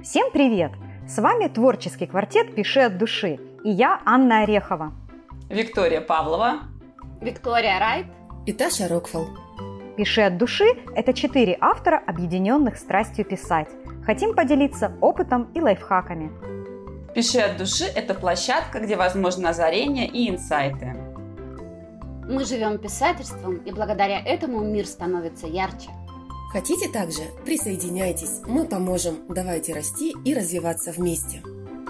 Всем привет! С вами творческий квартет «Пиши от души» и я, Анна Орехова. Виктория Павлова. Виктория Райт. И Таша Рокфелл. «Пиши от души» – это 4 автора, объединенных страстью писать. Хотим поделиться опытом и лайфхаками. «Пиши от души» – это площадка, где возможно озарение и инсайты. Мы живем писательством, и благодаря этому мир становится ярче. Хотите также? Присоединяйтесь, мы поможем. Давайте расти и развиваться вместе.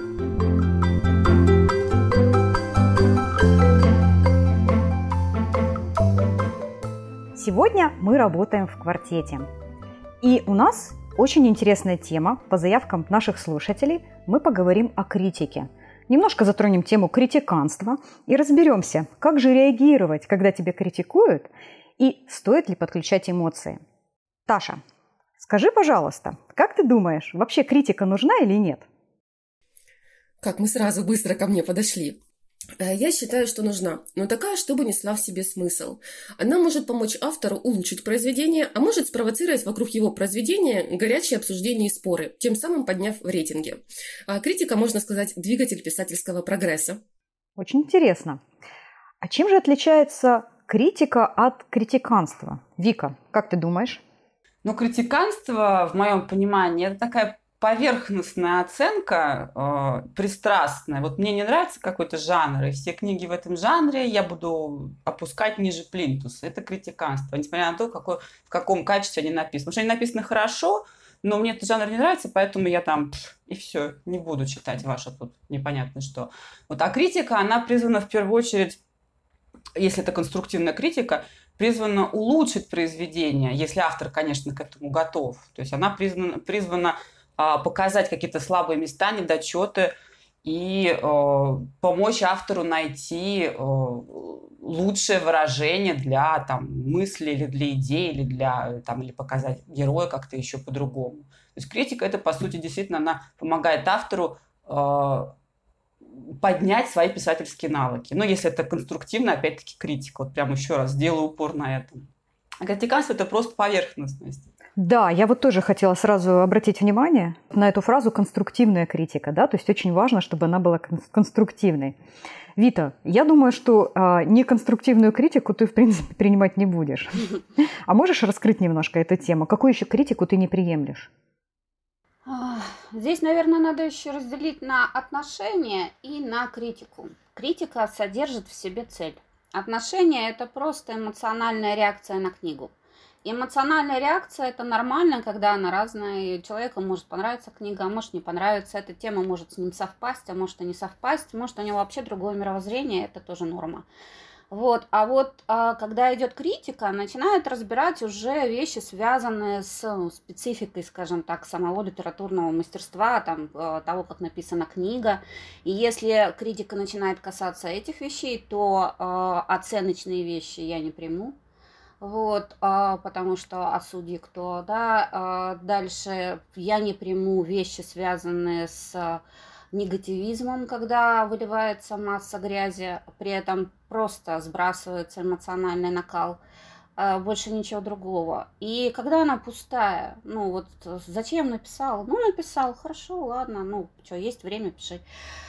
Сегодня мы работаем в квартете. И у нас очень интересная тема. По заявкам наших слушателей мы поговорим о критике. Немножко затронем тему критиканства и разберемся, как же реагировать, когда тебя критикуют, и стоит ли подключать эмоции. Таша, скажи, пожалуйста, как ты думаешь, вообще критика нужна или нет? Как мы сразу быстро ко мне подошли. Я считаю, что нужна, но такая, чтобы несла в себе смысл. Она может помочь автору улучшить произведение, а может спровоцировать вокруг его произведения горячие обсуждения и споры, тем самым подняв в рейтинге. Критика, можно сказать, двигатель писательского прогресса. Очень интересно. А чем же отличается критика от критиканства? Вика, как ты думаешь? Критиканство, в моем понимании, это такая поверхностная оценка, пристрастная. Вот мне не нравится какой-то жанр, и все книги в этом жанре я буду опускать ниже плинтуса. Это критиканство, несмотря на то, в каком качестве они написаны. Потому что они написаны хорошо, но мне этот жанр не нравится, поэтому я и все, не буду читать ваше тут непонятно что. А критика, она призвана в первую очередь, если это конструктивная критика, призвана улучшить произведение, если автор, конечно, к этому готов. То есть она призвана показать какие-то слабые места, недочеты и помочь автору найти лучшее выражение для мысли или для идеи, или показать героя как-то еще по-другому. То есть критика, это, по сути, действительно, она помогает автору поднять свои писательские навыки. Если это конструктивно, опять-таки критика. Прямо еще раз делаю упор на этом. А критиканство – это просто поверхностность. Да, я тоже хотела сразу обратить внимание на эту фразу «конструктивная критика». Да? То есть очень важно, чтобы она была конструктивной. Вита, я думаю, что неконструктивную критику ты, в принципе, принимать не будешь. А можешь раскрыть немножко эту тему? Какую еще критику ты не приемлешь? Здесь, наверное, надо еще разделить на отношения и на критику. Критика содержит в себе цель. Отношения – это просто эмоциональная реакция на книгу. Эмоциональная реакция – это нормально, когда она разная. И человеку может понравиться книга, а может не понравиться. Эта тема может с ним совпасть, а может и не совпасть. Может, у него вообще другое мировоззрение, это тоже норма. Когда идет критика, начинает разбирать уже вещи, связанные с спецификой, скажем так, самого литературного мастерства, того, как написана книга. И если критика начинает касаться этих вещей, то оценочные вещи я не приму. Потому что судьи кто, да. Дальше я не приму вещи, связанные с негативизмом, когда выливается масса грязи, при этом просто сбрасывается эмоциональный накал, больше ничего другого. И когда она пустая, зачем написал? Написал, хорошо, ладно, есть время, пиши.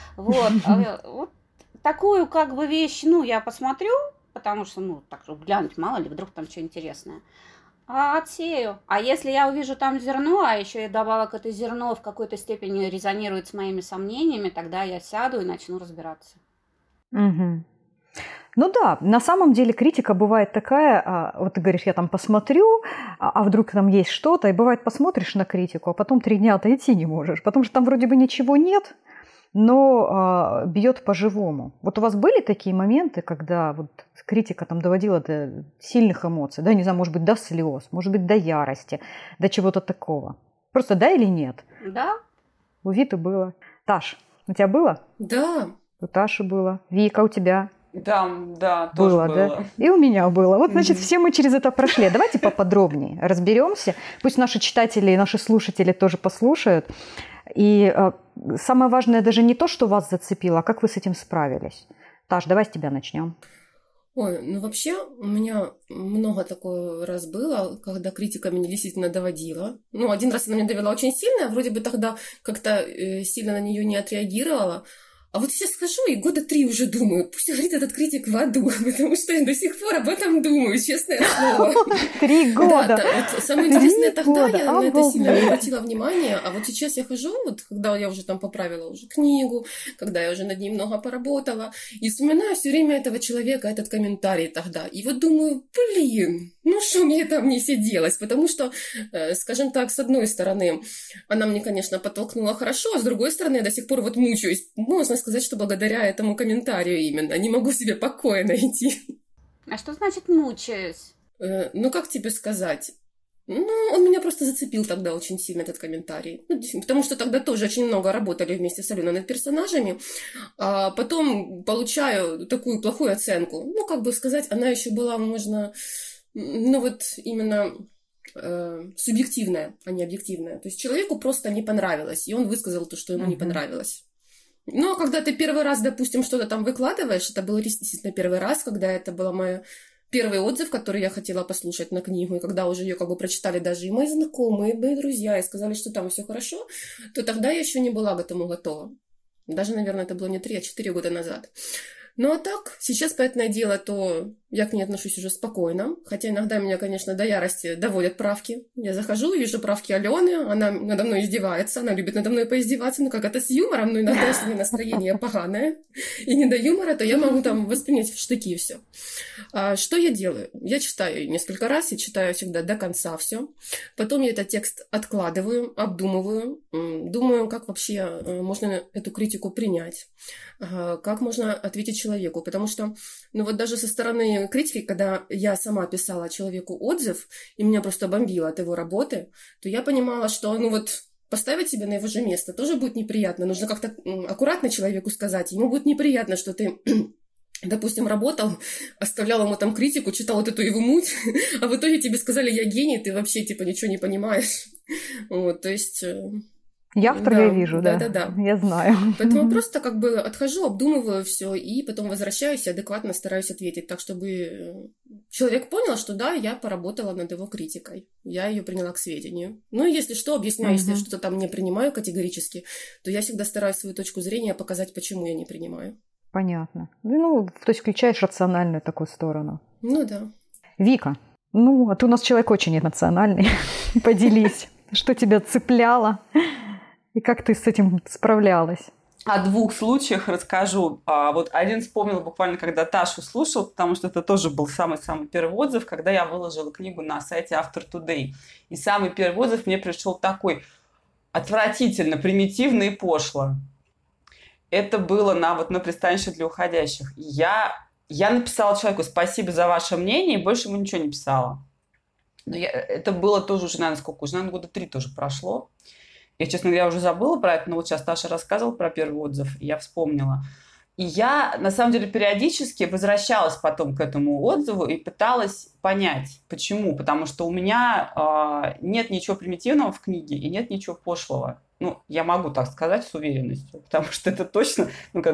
Такую вещь, я посмотрю, потому что, так же глянуть, мало ли, вдруг там что интересное. Отсею. А если я увижу там зерно, а еще и добавок это зерно в какой-то степени резонирует с моими сомнениями, тогда я сяду и начну разбираться. Угу. Да, на самом деле критика бывает такая, ты говоришь, я посмотрю, а вдруг там есть что-то, и бывает посмотришь на критику, а потом 3 дня отойти не можешь, потому что там вроде бы ничего нет, но бьет по-живому. У вас были такие моменты, когда критика доводила до сильных эмоций, да, не знаю, может быть, до слез, может быть, до ярости, до чего-то такого? Просто да или нет? Да. У Виты было. Таш, у тебя было? Да. У Таши было. Вика, у тебя? Да, тоже было. Да? И у меня было. Значит, все мы через это прошли. Давайте поподробнее разберемся. Пусть наши читатели и наши слушатели тоже послушают. И самое важное даже не то, что вас зацепило, а как вы с этим справились. Таш, давай с тебя начнем. Ой, ну вообще у меня много такое раз было, когда критика меня действительно доводила. Ну, один раз она меня довела очень сильно, я вроде бы тогда как-то сильно на нее не отреагировала. А вот сейчас хожу и года 3 уже думаю, пусть горит этот критик в аду, потому что я до сих пор об этом думаю, честное слово. 3 Да, года. вот самое интересное, 3 тогда года. я на это сильно не Обалдеть. обратила внимания, а вот сейчас я хожу, вот когда я уже там поправила уже книгу, когда я уже над ней много поработала, и вспоминаю все время этого человека, этот комментарий тогда, и вот думаю, блин, ну что мне там не сиделось, потому что, скажем так, с одной стороны, она мне, конечно, подтолкнула хорошо, а с другой стороны, я до сих пор вот мучаюсь, можно сказать, что благодаря этому комментарию именно, не могу себе покоя найти. А что значит мучаюсь? Ну, как тебе сказать? Ну, он меня просто зацепил тогда очень сильно, этот комментарий. Ну, потому что тогда тоже очень много работали вместе с Аленой над персонажами. А потом получаю такую плохую оценку. Ну, как бы сказать, она еще была, можно... Ну, вот именно субъективная, а не объективная. То есть человеку просто не понравилось, и он высказал то, что ему не понравилось. Ну, а когда ты первый раз, допустим, что-то там выкладываешь, это был действительно первый раз, когда это был мой первый отзыв, который я хотела послушать на книгу, и когда уже ее как бы прочитали даже и мои знакомые, и мои друзья, и сказали, что там все хорошо, то тогда я еще не была к этому готова. Даже, наверное, это было не 3, а 4 года назад. Ну, а так, сейчас, понятное дело, то я к ней отношусь уже спокойно, хотя иногда меня, конечно, до ярости доводят правки. Я захожу, вижу правки Алены, она надо мной издевается, она любит надо мной поиздеваться, ну, как это с юмором, но иногда, если настроение поганое и не до юмора, то я могу там воспринять в штыки и все. А что я делаю? Я читаю несколько раз, я читаю всегда до конца все. Потом я этот текст откладываю, обдумываю, думаю, как вообще можно эту критику принять, как можно ответить человеку, потому что, ну вот даже со стороны критики, когда я сама писала человеку отзыв, и меня просто бомбило от его работы, то я понимала, что, ну вот, поставить себя на его же место тоже будет неприятно, нужно как-то аккуратно человеку сказать, ему будет неприятно, что ты... допустим, работал, оставлял ему там критику, читал вот эту его муть, а в итоге тебе сказали, я гений, ты вообще, типа, ничего не понимаешь. Вот, то есть... Я в траве вижу, да. Да. Я знаю. Поэтому просто как бы отхожу, обдумываю все и потом возвращаюсь и адекватно стараюсь ответить, так чтобы человек понял, что да, я поработала над его критикой, я ее приняла к сведению. Ну, если что, объясняю, если я что-то там не принимаю категорически, то я всегда стараюсь свою точку зрения показать, почему я не принимаю. Понятно. Ну, то есть включаешь рациональную такую сторону. Ну, да. Вика, ну, а ты у нас человек очень эмоциональный. Поделись, что тебя цепляло и как ты с этим справлялась? О 2 случаях расскажу. Вот один вспомнил буквально, когда Ташу слушал, потому что это тоже был самый-самый первый отзыв, когда я выложила книгу на сайте Автор Today. И самый первый отзыв мне пришел такой: отвратительно, примитивно и пошло. Это было на пристанище для уходящих. Я написала человеку: спасибо за ваше мнение, и больше ему ничего не писала. Но это было тоже уже, наверное, сколько? Уже, наверное, года 3 тоже прошло. Я, честно говоря, уже забыла про это, но вот сейчас Таша рассказывала про первый отзыв, и я вспомнила. И я, на самом деле, периодически возвращалась потом к этому отзыву и пыталась понять, почему. Потому что у меня нет ничего примитивного в книге и нет ничего пошлого. Ну, я могу так сказать с уверенностью, потому что это точно,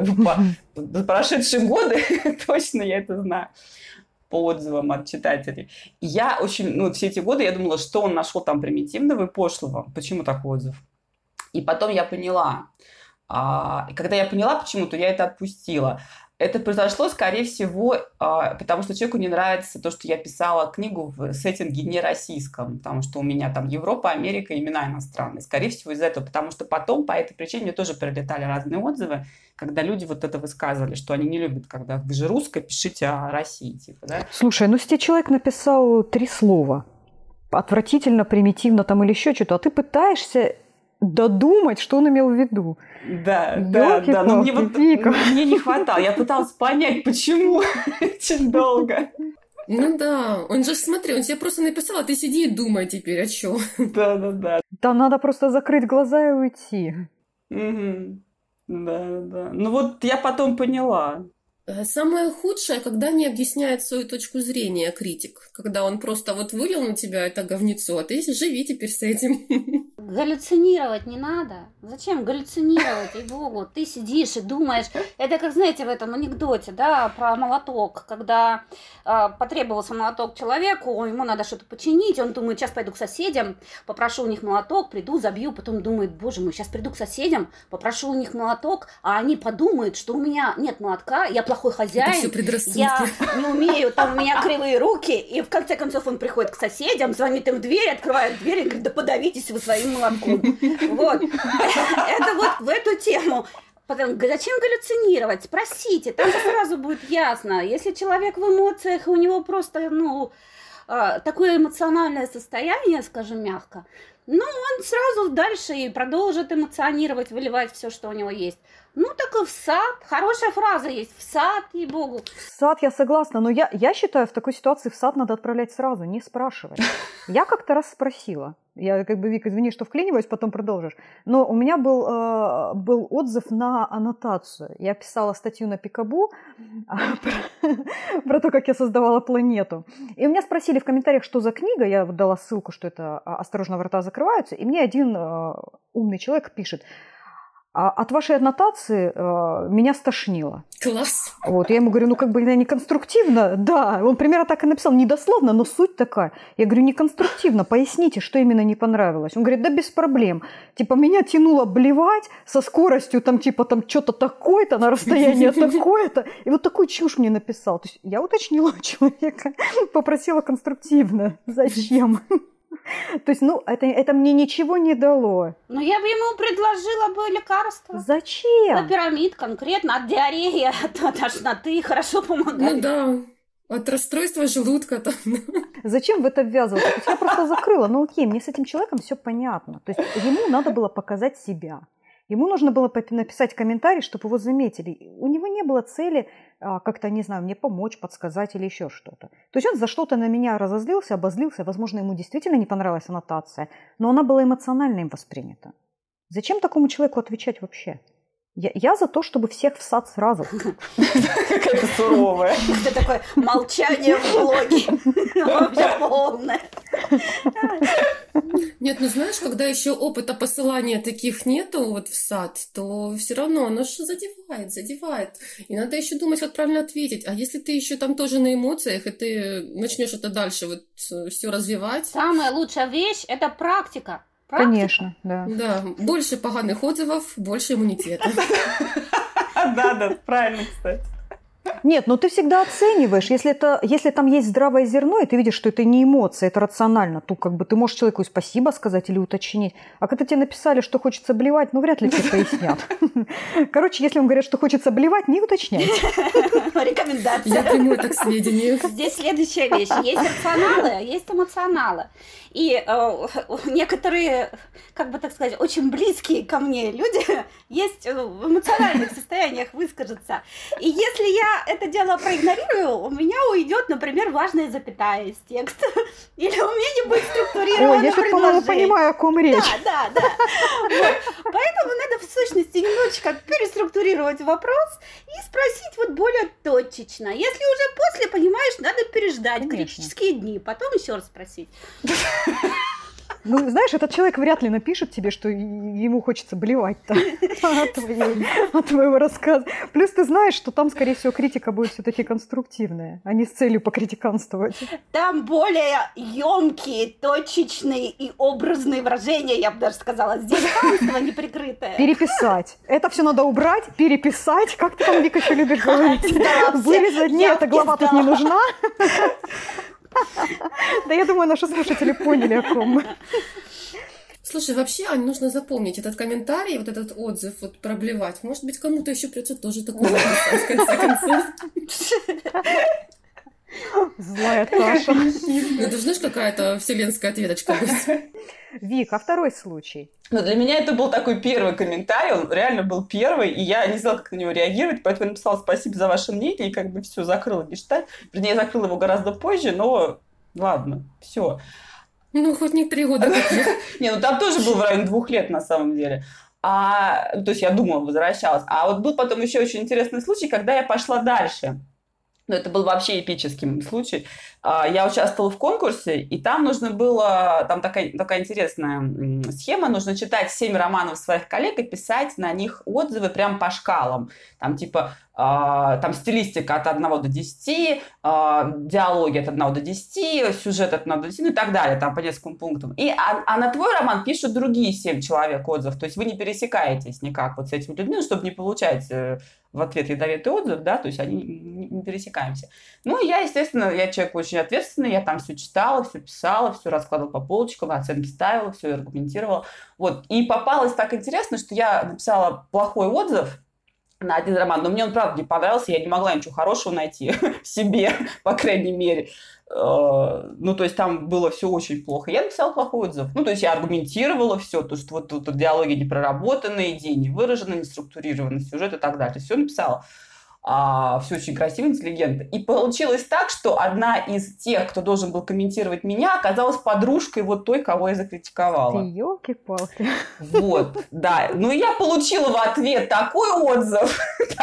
за прошедшие годы точно я это знаю по отзывам от читателей. И я очень, все эти годы я думала, что он нашел там примитивного и пошлого. Почему такой отзыв? И потом я поняла. И когда я поняла, почему, то я это отпустила. Это произошло, скорее всего, потому что человеку не нравится то, что я писала книгу в сеттинге не российском, потому что у меня там Европа, Америка, имена иностранные. Скорее всего, из-за этого, потому что потом по этой причине мне тоже прилетали разные отзывы, когда люди вот это высказывали, что они не любят, когда вы же русская, пишите о России, типа, да? Слушай, ну если человек написал 3 слова, отвратительно, примитивно там или еще что-то, а ты пытаешься додумать, что он имел в виду. Да. Но мне не хватало. Я пыталась понять, почему очень долго. Ну да, он же, смотри, он тебе просто написал, а ты сиди и думай теперь, о чем. Да. Там надо просто закрыть глаза и уйти. Да. Ну вот я потом поняла. Самое худшее, когда не объясняет свою точку зрения критик. Когда он просто вот вылил на тебя это говнецо, а ты живи теперь с этим. галлюцинировать не надо. Зачем галлюцинировать, ей-богу? Ты сидишь и думаешь, это как, знаете, в этом анекдоте, да, про молоток, когда потребовался молоток человеку, ему надо что-то починить, он думает, сейчас пойду к соседям, попрошу у них молоток, приду, забью, потом думает, боже мой, сейчас приду к соседям, попрошу у них молоток, а они подумают, что у меня нет молотка, я плохой хозяин, я не умею, там у меня кривые руки, и в конце концов он приходит к соседям, звонит им в дверь, открывает дверь и говорит, да подавитесь вы своим молотком. Вот. Это вот в эту тему. Потом, зачем галлюцинировать? Спросите, там же сразу будет ясно. Если человек в эмоциях, у него просто, такое эмоциональное состояние, скажем мягко, он сразу дальше и продолжит эмоционировать, выливать все, что у него есть. Так и в сад. Хорошая фраза есть. В сад, ей-богу. В сад я согласна, но я считаю, в такой ситуации в сад надо отправлять сразу, не спрашивать. Я как-то раз спросила. Я Вика, извини, что вклиниваюсь, потом продолжишь. Но у меня был отзыв на аннотацию. Я писала статью на Пикабу про то, как я создавала планету. И у меня спросили в комментариях, что за книга. Я дала ссылку, что это «Осторожно, врата закрываются». И мне один умный человек пишет: от вашей аннотации меня стошнило. Класс. Вот, я ему говорю, не конструктивно. Да, он примерно так и написал, не дословно, но суть такая. Я говорю, не конструктивно, поясните, что именно не понравилось. Он говорит, да без проблем. Меня тянуло блевать со скоростью, что-то такое-то, на расстояние такое-то. И вот такую чушь мне написал. То есть я уточнила у человека, попросила конструктивно. Зачем? То есть, это мне ничего не дало. Я бы ему предложила бы лекарство. Зачем? Лопирамид конкретно от диареи, от тошноты хорошо помогает. Да, от расстройства желудка там. Зачем в это ввязываться? То есть я просто закрыла. Окей, мне с этим человеком все понятно. То есть ему надо было показать себя. Ему нужно было написать комментарий, чтобы его заметили. У него не было цели как-то, не знаю, мне помочь, подсказать или еще что-то. То есть он за что-то на меня разозлился, обозлился. Возможно, ему действительно не понравилась аннотация, но она была эмоционально им воспринята. Зачем такому человеку отвечать вообще? Я за то, чтобы всех в сад сразу. Какая-то суровая. Это такое молчание в блоге. Вообще полное. Нет, знаешь, когда еще опыта посылания таких нету в сад, то все равно оно же задевает. И надо еще думать, как правильно ответить. А если ты еще там тоже на эмоциях, и ты начнешь это дальше все развивать. Самая лучшая вещь – это практика. Конечно, да. Да, больше поганых отзывов, больше иммунитета. Да, правильно, кстати. Нет, ты всегда оцениваешь, если там есть здравое зерно, и ты видишь, что это не эмоция, это рационально, то ты можешь человеку спасибо сказать или уточнить. А когда тебе написали, что хочется блевать, вряд ли тебе пояснят. Короче, если вам говорят, что хочется блевать, не уточняйте. Рекомендация. Я приму это к сведению. Здесь следующая вещь. Есть рационалы, а есть эмоционалы. И некоторые, очень близкие ко мне люди есть в эмоциональных состояниях выскажутся. И если я это дело проигнорирую, у меня уйдет, например, важная запятая из текста. Или у меня не будет структурированного я сейчас, по-моему, понимаю, о ком речь. Да. Вот. Поэтому надо, в сущности, немножечко переструктурировать вопрос и спросить более точечно. Если уже после, понимаешь, надо переждать критические дни, потом еще раз спросить. Знаешь, этот человек вряд ли напишет тебе, что ему хочется блевать-то от твоего рассказа. Плюс ты знаешь, что там, скорее всего, критика будет все-таки конструктивная, а не с целью покритиканствовать. Там более ёмкие, точечные и образные выражения, я бы даже сказала. Здесь хамство неприкрытое. Переписать. Это все надо убрать, переписать. Как ты там, Вика, еще любишь говорить? Вырезать. Нет, эта глава тут не нужна. Да я думаю, наши слушатели поняли, о ком мы. Слушай, вообще, Ань, нужно запомнить этот комментарий, этот отзыв про блевать. Может быть, кому-то еще придется тоже такое написать, в конце концов. Злая Таша. Это знаешь, какая-то вселенская ответочка быть. Вик, а второй случай? Для меня это был такой первый комментарий, он реально был первый, и я не знала, как на него реагировать, поэтому я написала спасибо за ваше мнение, и все закрыла гештальт. Вернее, я закрыла его гораздо позже, но ладно, все. Хоть не 3 года. Не, там тоже был в районе 2 лет на самом деле. То есть я думала, возвращалась. А был потом еще очень интересный случай, когда я пошла дальше. Это был вообще эпический случай. я участвовала в конкурсе, и там нужно было, там такая интересная схема, нужно читать 7 романов своих коллег и писать на них отзывы прям по шкалам. Там типа, там стилистика от 1 до 10, диалоги от 1 до 10, сюжет от 1 до 10, ну и так далее, там по нескольким пунктам. А на твой роман пишут другие 7 человек отзывов, то есть вы не пересекаетесь никак вот с этими людьми, ну, чтобы не получать в ответ ядовитый отзыв, да, то есть они не пересекаемся. Ну, я, естественно, я человек очень ответственный, я там все читала, все писала, все раскладывала по полочкам, оценки ставила, все аргументировала. Вот. И попалось так интересно, что я написала плохой отзыв на один роман, но мне он, правда, не понравился, я не могла ничего хорошего найти в себе, по крайней мере. Ну, то есть там было все очень плохо. Я написала плохой отзыв. Ну, то есть я аргументировала все, то, что вот тут диалоги не проработаны, идеи не выражены, не структурированы, сюжет и так далее. Все написала. Все очень красиво, интеллигентно. И получилось так, что одна из тех, кто должен был комментировать меня, оказалась подружкой вот той, кого я закритиковала. Ты ёлки-палки. Вот, да. Ну, я получила в ответ такой отзыв.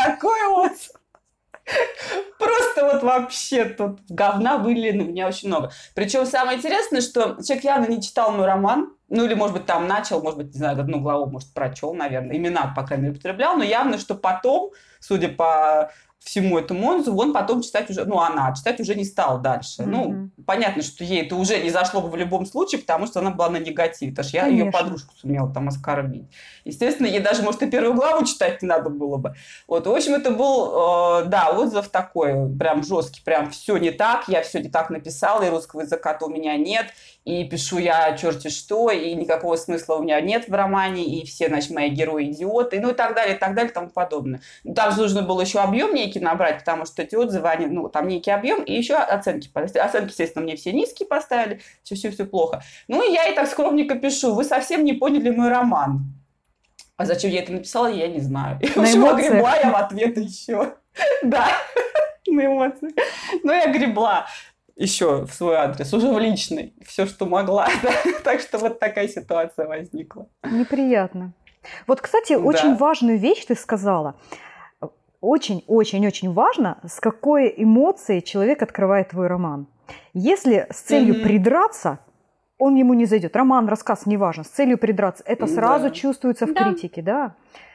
Просто вот вообще тут говна вылили на меня очень много. Причем самое интересное, что человек явно не читал мой роман, ну или, может быть, там начал, может быть, не знаю, одну главу, может, прочел, наверное, имена, по крайней мере, употреблял, но явно, что потом, судя по всему этому отзыву, он потом читать уже, ну, она читать уже не стала дальше. Mm-hmm. Ну, понятно, что ей это уже не зашло бы в любом случае, потому что она была на негативе, потому что я ее подружку сумела там оскорбить. Естественно, ей даже, может, и первую главу читать не надо было бы. Вот, в общем, это был, да, отзыв такой, прям жесткий, прям все не так, я все не так написала, и русского языка-то у меня нет, и пишу я черти что, и никакого смысла у меня нет в романе, и все, значит, мои герои идиоты, ну и так далее, и тому подобное. Там же нужно было еще объем некий набрать, потому что эти отзывы, они, ну, там некий объем, и еще оценки. Оценки, естественно, мне все низкие поставили, все плохо. Ну и я и так скромненько пишу, вы совсем не поняли мой роман. А зачем я это написала, я не знаю. И, в общем, огребла я в ответ еще. Да, на эмоции. Но я гребла еще в свой адрес, уже в личный, все, что могла. Да? Так что вот такая ситуация возникла. Неприятно. Вот, кстати, очень важную вещь ты сказала. Очень-очень-очень важно, с какой эмоцией человек открывает твой роман. Если с целью придраться, он ему не зайдет. Роман, рассказ, неважно, с целью придраться, это сразу чувствуется в критике, да.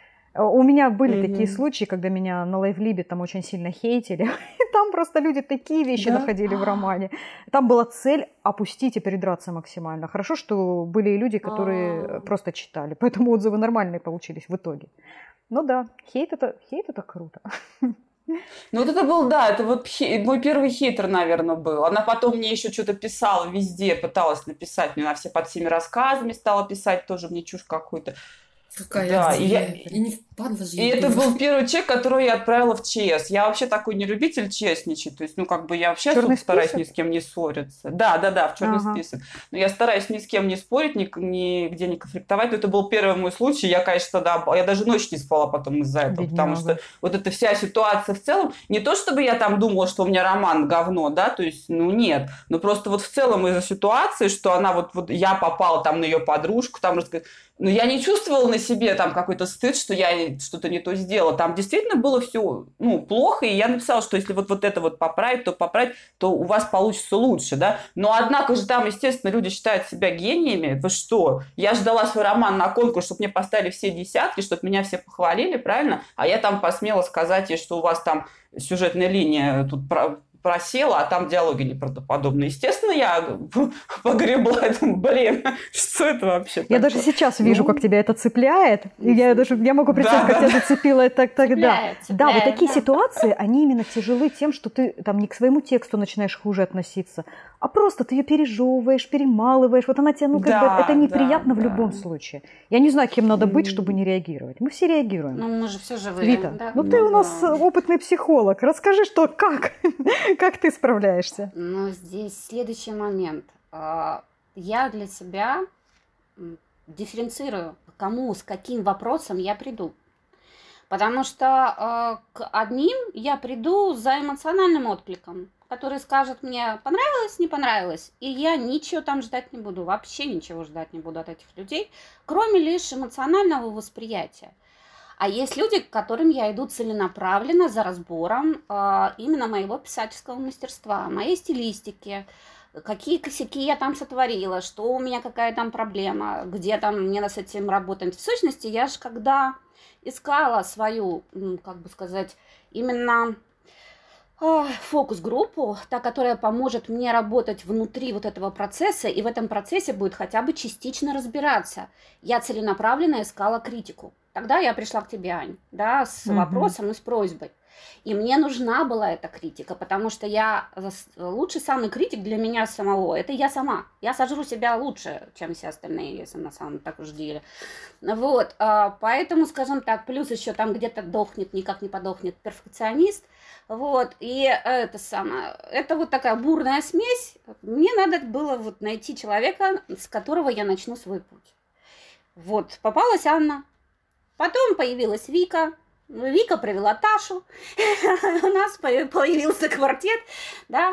У меня были такие случаи, когда меня на Лайвлибе там очень сильно хейтили, и там просто люди такие вещи находили в романе. Там была цель опустить и придраться максимально. Хорошо, что были и люди, которые просто читали, поэтому отзывы нормальные получились в итоге. Ну да, хейт это круто. Ну вот это был, да, это вот мой первый хейтер, наверное, был. Она потом мне еще что-то писала везде, пыталась написать мне под всеми рассказами, стала писать тоже мне чушь какую-то. Какая да, и не впадла же. И это был первый человек, которого я отправила в ЧС. Я вообще такой не любитель честничать. То есть, ну, как бы я вообще особо стараюсь ни с кем не ссориться. Да, в черный список. Но я стараюсь ни с кем не спорить, нигде не конфликтовать. Но это был первый мой случай. Я, конечно, я даже ночь не спала потом из-за этого. Потому что вот эта вся ситуация в целом, не то чтобы я там думала, что у меня роман говно, да, то есть, ну, нет. Но просто вот в целом из-за ситуации, что она вот я попала там на ее подружку, там, но я не чувствовала на себе там какой-то стыд, что я что-то не то сделала. Там действительно было все, ну, плохо, и я написала, что если вот это вот поправить, то у вас получится лучше, да. Но однако же там, естественно, люди считают себя гениями. Вы что? Я ждала свой роман на конкурс, чтобы мне поставили все десятки, чтобы меня все похвалили, правильно? А я там посмела сказать ей, что у вас там сюжетная линия тут просела, а там диалоги неправдоподобные. Естественно, я погребла. Блин, что это вообще такое? Я даже сейчас вижу, как тебя это цепляет. Я могу представить, как тебя зацепило это тогда. Да, вот такие ситуации, они именно тяжелы тем, что ты там не к своему тексту начинаешь хуже относиться, а просто ты ее пережевываешь, перемалываешь. Вот она тебе, ну, как бы, это неприятно в любом случае. Я не знаю, кем надо быть, чтобы не реагировать. Мы все реагируем. Ну, мы же все живые. Вита, ты у нас опытный психолог. Расскажи, как ты справляешься? Ну, здесь следующий момент. Я для себя дифференцирую, кому, с каким вопросом я приду. Потому что к одним я приду за эмоциональным откликом, который скажет мне, понравилось, не понравилось, и я ничего там ждать не буду, вообще ничего ждать не буду от этих людей, кроме лишь эмоционального восприятия. А есть люди, к которым я иду целенаправленно за разбором именно моего писательского мастерства, моей стилистики, какие косяки я там сотворила, что у меня, какая там проблема, где там мне с этим работать. В сущности, я же когда искала свою, как бы сказать, именно фокус-группу, та, которая поможет мне работать внутри вот этого процесса, и в этом процессе будет хотя бы частично разбираться. Я целенаправленно искала критику. Тогда я пришла к тебе, Ань, да, с вопросом и с просьбой. И мне нужна была эта критика, потому что лучший самый критик для меня самого – это я сама. Я сожру себя лучше, чем все остальные, если на самом так уж деле. Вот, поэтому, скажем так, плюс еще там где-то дохнет, никак не подохнет перфекционист. Вот, и это вот такая бурная смесь. Мне надо было вот найти человека, с которого я начну свой путь. Вот, попалась Анна. Потом появилась Вика. Вика провела Ташу. У нас появился квартет, да.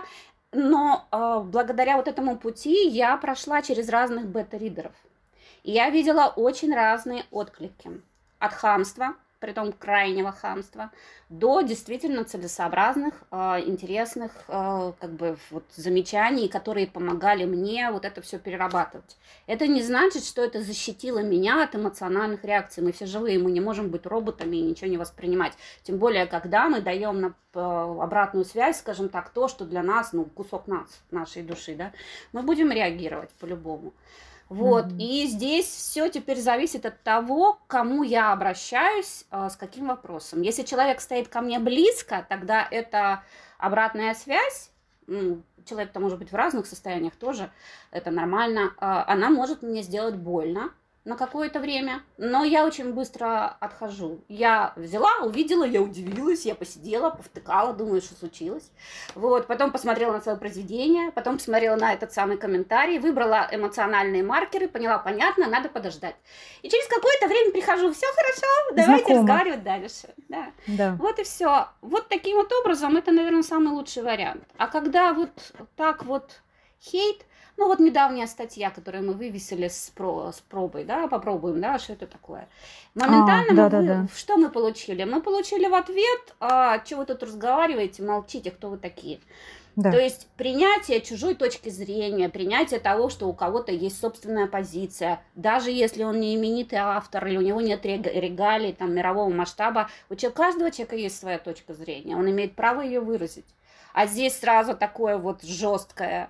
Но благодаря вот этому пути я прошла через разных бета-ридеров. И я видела очень разные отклики. От хамства, притом крайнего хамства, до действительно целесообразных, интересных как бы вот замечаний, которые помогали мне вот это все перерабатывать. Это не значит, что это защитило меня от эмоциональных реакций. Мы все живые, мы не можем быть роботами и ничего не воспринимать. Тем более, когда мы даем обратную связь, скажем так, то, что для нас, кусок нас, нашей души, да, мы будем реагировать по-любому. Вот, и здесь все теперь зависит от того, к кому я обращаюсь, с каким вопросом. Если человек стоит ко мне близко, тогда это обратная связь, человек-то может быть в разных состояниях тоже, это нормально, она может мне сделать больно на какое-то время, но я очень быстро отхожу. Я взяла, увидела, я удивилась, я посидела, повтыкала, думаю, что случилось. Вот, потом посмотрела на свое произведение, потом посмотрела на этот самый комментарий, выбрала эмоциональные маркеры, поняла, понятно, надо подождать. И через какое-то время прихожу, все хорошо, давайте разговаривать дальше. Да. Вот и все. Вот таким вот образом, это, наверное, самый лучший вариант. А когда вот так вот хейт, вот недавняя статья, которую мы вывесили с пробой, да, попробуем, да, что это такое. Моментально что мы получили? Мы получили в ответ, что вы тут разговариваете, молчите, кто вы такие. Да. То есть принятие чужой точки зрения, принятие того, что у кого-то есть собственная позиция, даже если он не именитый автор или у него нет регалий там, мирового масштаба, у каждого человека есть своя точка зрения, он имеет право ее выразить. А здесь сразу такое вот жесткое.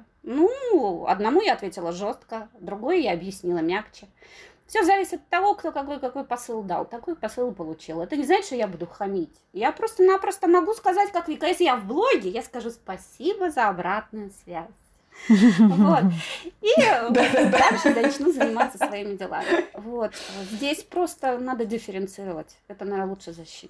Одному я ответила жестко, другой я объяснила мягче. Все зависит от того, кто какой посыл дал. Такой посыл получил. Это не значит, что я буду хамить. Я просто-напросто могу сказать, как Вика, если я в блоге, я скажу спасибо за обратную связь. Вот. И дальше начну заниматься своими делами. Вот. Здесь просто надо дифференцировать. Это, наверное, лучшая защита.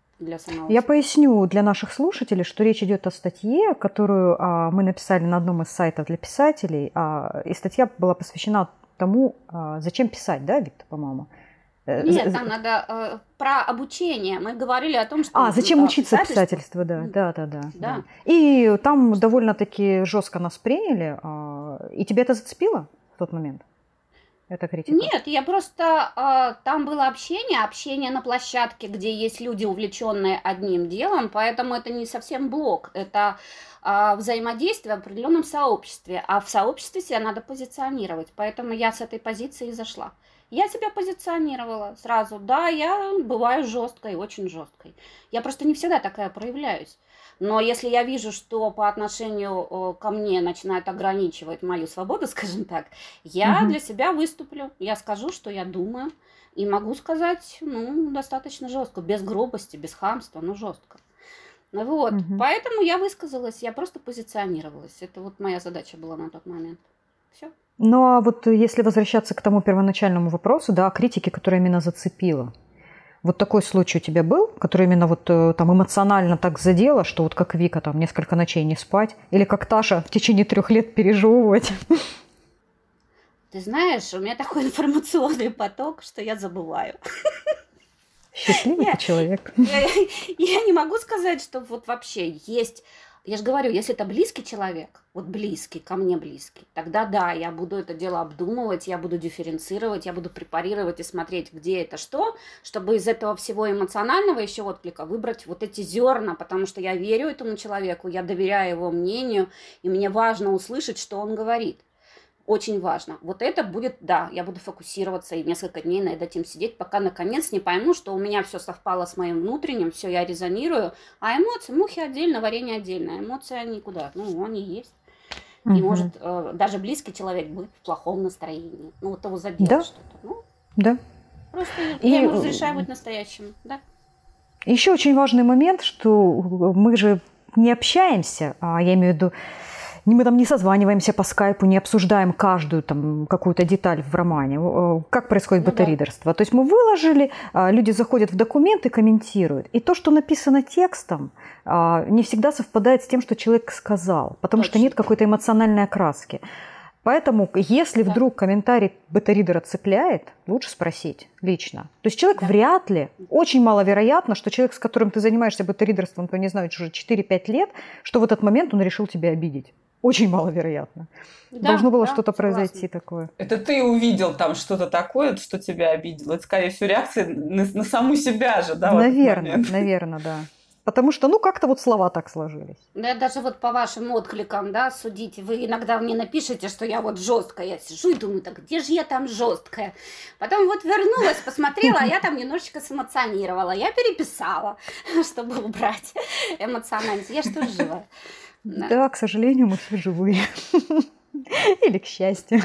Я поясню для наших слушателей, что речь идет о статье, которую мы написали на одном из сайтов для писателей, и статья была посвящена тому, зачем писать, да, Виктор, по-моему? Нет, там надо про обучение. Мы говорили о том, что... зачем учиться писательству, да. И там довольно-таки жестко нас приняли, и тебя это зацепило в тот момент? Это критика? Нет, я просто... там было общение на площадке, где есть люди, увлеченные одним делом, поэтому это не совсем блог, это взаимодействие в определенном сообществе, а в сообществе себя надо позиционировать, поэтому я с этой позиции и зашла. Я себя позиционировала сразу, да, я бываю жесткой, очень жесткой. Я просто не всегда такая проявляюсь. Но если я вижу, что по отношению ко мне начинают ограничивать мою свободу, скажем так, я для себя выступлю, я скажу, что я думаю, и могу сказать, достаточно жестко, без грубости, без хамства, но жестко. Вот, поэтому я высказалась, я просто позиционировалась. Это вот моя задача была на тот момент. Все. Ну, а вот если возвращаться к тому первоначальному вопросу, да, о критике, которая именно зацепила. Вот такой случай у тебя был, который именно вот там эмоционально так задело, что вот как Вика там несколько ночей не спать, или как Таша в течение 3 лет пережевывать? Ты знаешь, у меня такой информационный поток, что я забываю. Счастливый ты человек. Я не могу сказать, что вот вообще есть Я же говорю, если это близкий человек, вот близкий, ко мне близкий, тогда да, я буду это дело обдумывать, я буду дифференцировать, я буду препарировать и смотреть, где это что, чтобы из этого всего эмоционального еще отклика выбрать вот эти зерна, потому что я верю этому человеку, я доверяю его мнению, и мне важно услышать, что он говорит. Очень важно. Вот это будет, да, я буду фокусироваться и несколько дней над этим сидеть, пока наконец не пойму, что у меня все совпало с моим внутренним, все, я резонирую, а эмоции, мухи отдельно, варенье отдельно, эмоции никуда, ну, они есть. И может даже близкий человек быть в плохом настроении, ну, вот его задело что-то. Ну, Да. просто я ему разрешаю быть настоящим, да. Еще очень важный момент, что мы же не общаемся, а я имею в виду, мы там не созваниваемся по скайпу, не обсуждаем каждую там какую-то деталь в романе. Как происходит бета-ридерство? То есть мы выложили, люди заходят в документы, комментируют. И то, что написано текстом, не всегда совпадает с тем, что человек сказал, потому что нет какой-то эмоциональной окраски. Поэтому, если вдруг комментарий бета-ридера цепляет, лучше спросить лично. То есть человек вряд ли, очень маловероятно, что человек, с которым ты занимаешься бета-ридерством, то не знаю, уже 4-5 лет, что в этот момент он решил тебя обидеть. Очень маловероятно. Да, должно было что-то произойти такое. Это ты увидел там что-то такое, что тебя обидело. Это, скорее всего, реакция на саму себя же, да? Наверное, да. Потому что, как-то вот слова так сложились. Да, даже вот по вашим откликам, да, судите. Вы иногда мне напишете, что я вот жесткая. Я сижу и думаю, так где же я там жесткая? Потом вот вернулась, посмотрела, а я там немножечко сэмоционировала. Я переписала, чтобы убрать эмоциональность. Я что жива. Да, к сожалению, мы все живые. Или к счастью.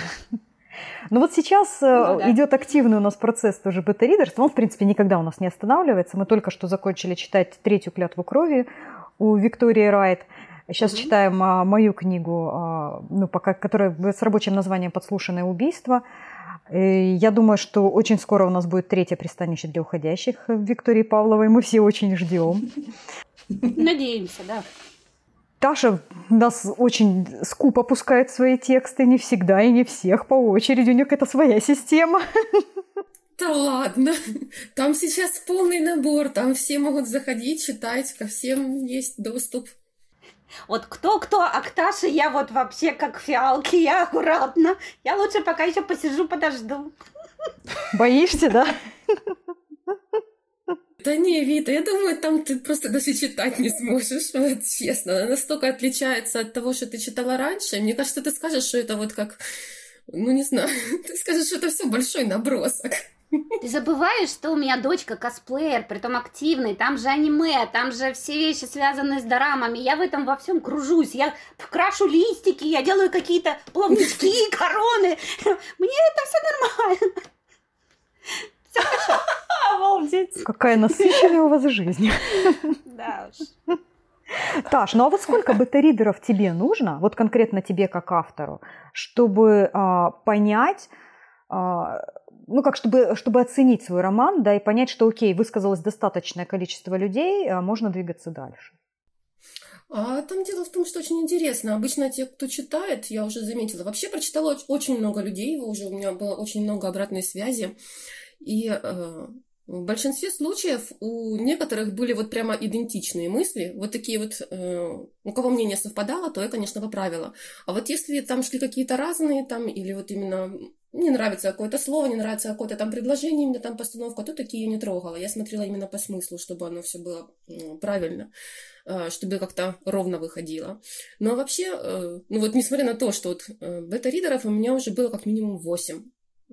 Но вот сейчас идет активный у нас процесс тоже бета-ридерства. Он, в принципе, никогда у нас не останавливается. Мы только что закончили читать «Третью клятву крови» у Виктории Райт. Сейчас читаем мою книгу, которая с рабочим названием «Подслушанное убийство». И я думаю, что очень скоро у нас будет третье пристанище для уходящих Виктории Павловой. Мы все очень ждем. Надеемся, да. Таша нас очень скупо пускает свои тексты, не всегда и не всех по очереди. У нее какая-то своя система. Да ладно, там сейчас полный набор, там все могут заходить, читать, ко всем есть доступ. Вот кто-кто, а к Таше я вот вообще как фиалки, я аккуратно. Я лучше пока еще посижу, подожду. Боишься, да? Да не, Вита, я думаю, там ты просто даже читать не сможешь, вот честно. Она настолько отличается от того, что ты читала раньше. Мне кажется, ты скажешь, что это вот как, не знаю, ты скажешь, что это все большой набросок. Ты забываешь, что у меня дочка косплеер, притом активный, там же аниме, там же все вещи, связанные с дорамами. Я в этом во всем кружусь, я крашу листики, я делаю какие-то плавнички, короны. Мне это все нормально. Все хорошо. Обалдеть. Какая насыщенная у вас жизнь. Да уж. Таш, а вот сколько бета-ридеров тебе нужно, вот конкретно тебе как автору, чтобы понять, чтобы оценить свой роман, да, и понять, что окей, высказалось достаточное количество людей, можно двигаться дальше? А там дело в том, что очень интересно. Обычно те, кто читает, я уже заметила, вообще прочитала очень много людей, уже у меня было очень много обратной связи. И в большинстве случаев у некоторых были вот прямо идентичные мысли. Вот такие вот, у кого мнение совпадало, то я, конечно, поправила. А вот если там шли какие-то разные, там, или вот именно не нравится какое-то слово, не нравится какое-то там предложение, именно там постановка, то такие я не трогала. Я смотрела именно по смыслу, чтобы оно все было правильно, чтобы как-то ровно выходило. Но вообще, вот несмотря на то, что вот бета-ридеров у меня уже было как минимум 8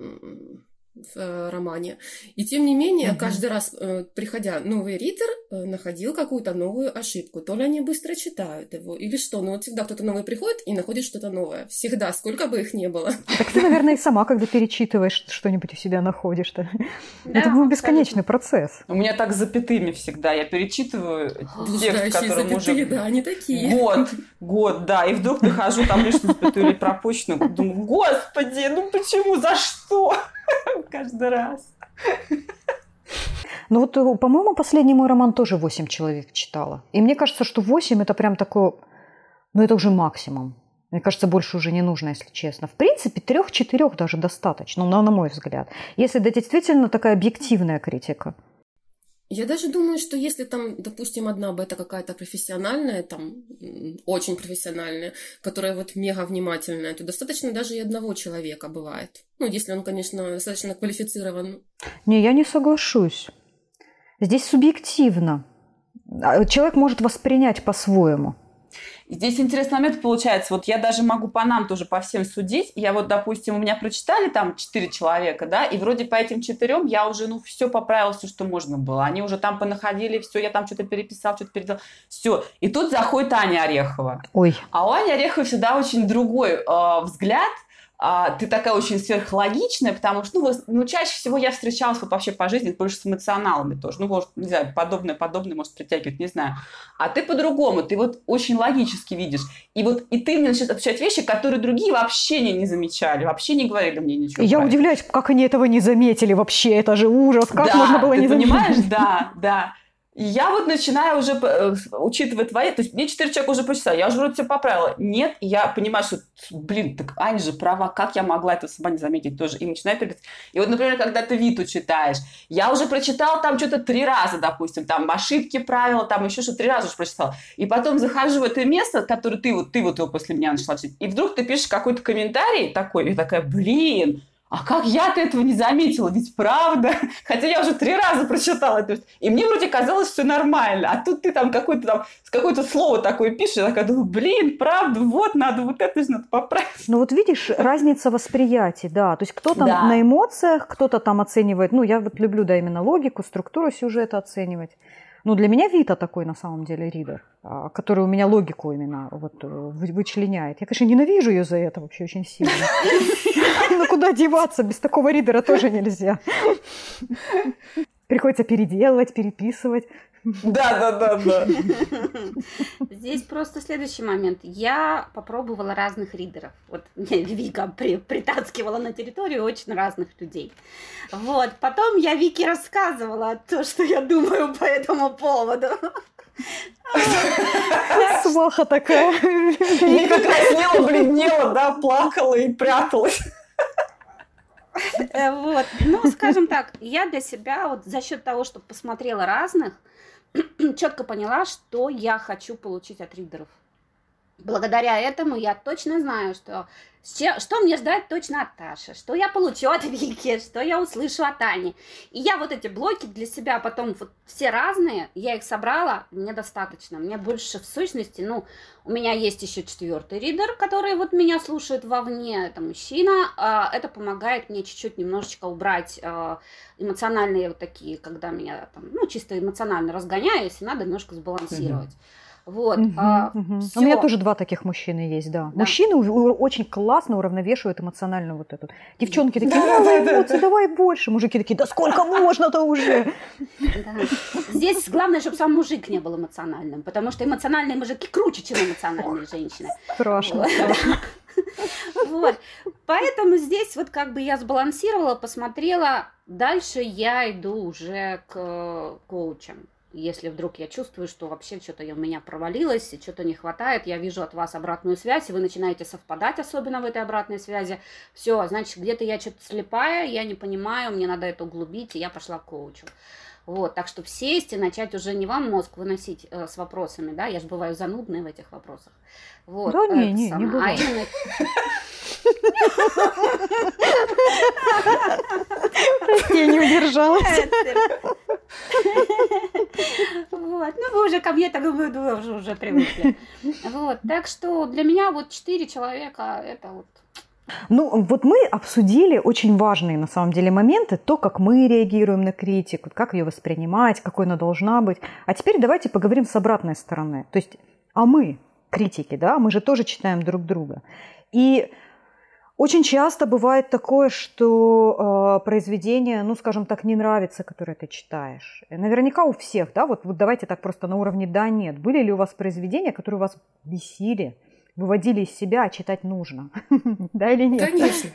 в романе. И тем не менее, каждый раз, приходя новый ридер, находил какую-то новую ошибку. То ли они быстро читают его, или что. Но вот всегда кто-то новый приходит и находит что-то новое. Всегда, сколько бы их ни было. Так ты, наверное, и сама, когда перечитываешь, что-нибудь у себя находишь-то. Да, это был бесконечный процесс. У меня так с запятыми всегда. Я перечитываю текст, которым уже... Да, они такие. Год, да. И вдруг нахожу там лишнюю запятую или пропущенную. Думаю, господи, почему, за что? Каждый раз. По-моему, последний мой роман тоже 8 человек читало. И мне кажется, что 8 это прям такое, это уже максимум. Мне кажется, больше уже не нужно, если честно. В принципе, 3-4 даже достаточно, на мой взгляд. Если это действительно такая объективная критика. Я даже думаю, что если там, допустим, одна бета какая-то профессиональная, там, очень профессиональная, которая вот мега внимательная, то достаточно даже и одного человека бывает. Ну, если он, конечно, достаточно квалифицирован. Не, я не соглашусь. Здесь субъективно. Человек может воспринять по-своему. Здесь интересный момент получается. Вот я даже могу по нам тоже, по всем судить. Я вот, допустим, у меня прочитали там 4 человека, да, и вроде по этим 4 я уже, все поправила, все, что можно было. Они уже там понаходили, все, я там что-то переписал, что-то переделал. Все. И тут заходит Аня Орехова. Ой. А у Ани Ореховой всегда очень другой взгляд. Ты такая очень сверхлогичная, потому что, чаще всего я встречалась вот вообще по жизни больше с эмоционалами тоже. Может, не знаю, подобное может притягивать, не знаю. А ты по-другому, ты вот очень логически видишь. И ты мне начинаешь отвечать вещи, которые другие вообще не замечали, вообще не говорили мне ничего. Я удивляюсь, как они этого не заметили вообще, это же ужас, как можно было не заметить? Понимаешь, да. И я вот начинаю уже, учитывая твои... То есть мне 4 человека уже почитали, я уже вроде все поправила. Нет, я понимаю, что, так Аня же права, как я могла это сама не заметить тоже. И начинаю переписывать. И вот, например, когда ты Виту читаешь, я уже прочитала там что-то 3 раза, допустим, там ошибки правила, там еще что-то 3 раза уже прочитала. И потом захожу в это место, которое ты его после меня начала читать, и вдруг ты пишешь какой-то комментарий такой, и такая, а как я-то этого не заметила? Ведь правда. Хотя я уже 3 раза прочитала. И мне вроде казалось, все нормально. А тут ты там какое-то слово такое пишешь. Я такая думаю, правда, надо вот это же надо поправить. Ну вот видишь, разница восприятия, да. То есть кто-то на эмоциях, кто-то там оценивает. Я вот люблю, именно логику, структуру сюжета оценивать. Для меня Вита такой, на самом деле, ридер, который у меня логику именно вычленяет. Я, конечно, ненавижу ее за это вообще очень сильно. Куда деваться? Без такого ридера тоже нельзя. Приходится переделывать, переписывать. Да. Здесь просто следующий момент. Я попробовала разных ридеров. Вот меня Вика притаскивала на территорию очень разных людей. Потом я Вике рассказывала то, что я думаю по этому поводу. Сваха такая. Вика краснела, бледнела, да, плакала и пряталась. Скажем так, я для себя за счет того, что посмотрела разных, четко поняла, что я хочу получить от ридеров. Благодаря этому я точно знаю, что мне ждать точно от Таши, что я получу от Вики, что я услышу от Ани. И я эти блоки для себя потом, все разные, я их собрала, мне достаточно. Мне больше в сущности, у меня есть еще 4-й ридер, который меня слушает вовне, это мужчина. Это помогает мне чуть-чуть немножечко убрать эмоциональные такие, когда меня чисто эмоционально разгоняюсь, и надо немножко сбалансировать. У меня тоже 2 таких мужчины есть, да. Мужчины очень классно уравновешивают эмоциональную эту. Девчонки такие, эмоции, давай больше. Мужики такие, да сколько можно-то уже? Да. Здесь главное, чтобы сам мужик не был эмоциональным, потому что эмоциональные мужики круче, чем эмоциональные женщины. Страшно. Поэтому здесь я сбалансировала, посмотрела. Дальше я иду уже к коучам. Если вдруг я чувствую, что вообще что-то у меня провалилось, и что-то не хватает, я вижу от вас обратную связь, и вы начинаете совпадать, особенно в этой обратной связи. Все, значит, где-то я что-то слепая, я не понимаю, мне надо это углубить, и я пошла к коучу. Так, чтобы сесть и начать уже не вам мозг выносить с вопросами, да, я же бываю занудной в этих вопросах. Да не бывает. Я не удержалась. Вы уже ко мне, так вы уже привыкли. Так что для меня 4 человека это мы обсудили очень важные на самом деле моменты, то, как мы реагируем на критику, как ее воспринимать, какой она должна быть. А теперь давайте поговорим с обратной стороны. То есть, мы, критики, да, мы же тоже читаем друг друга. И очень часто бывает такое, что произведение, скажем так, не нравится, которое ты читаешь. Наверняка у всех, да, давайте так просто на уровне да-нет. Были ли у вас произведения, которые вас бесили, выводили из себя, а читать нужно? Да или нет? Конечно.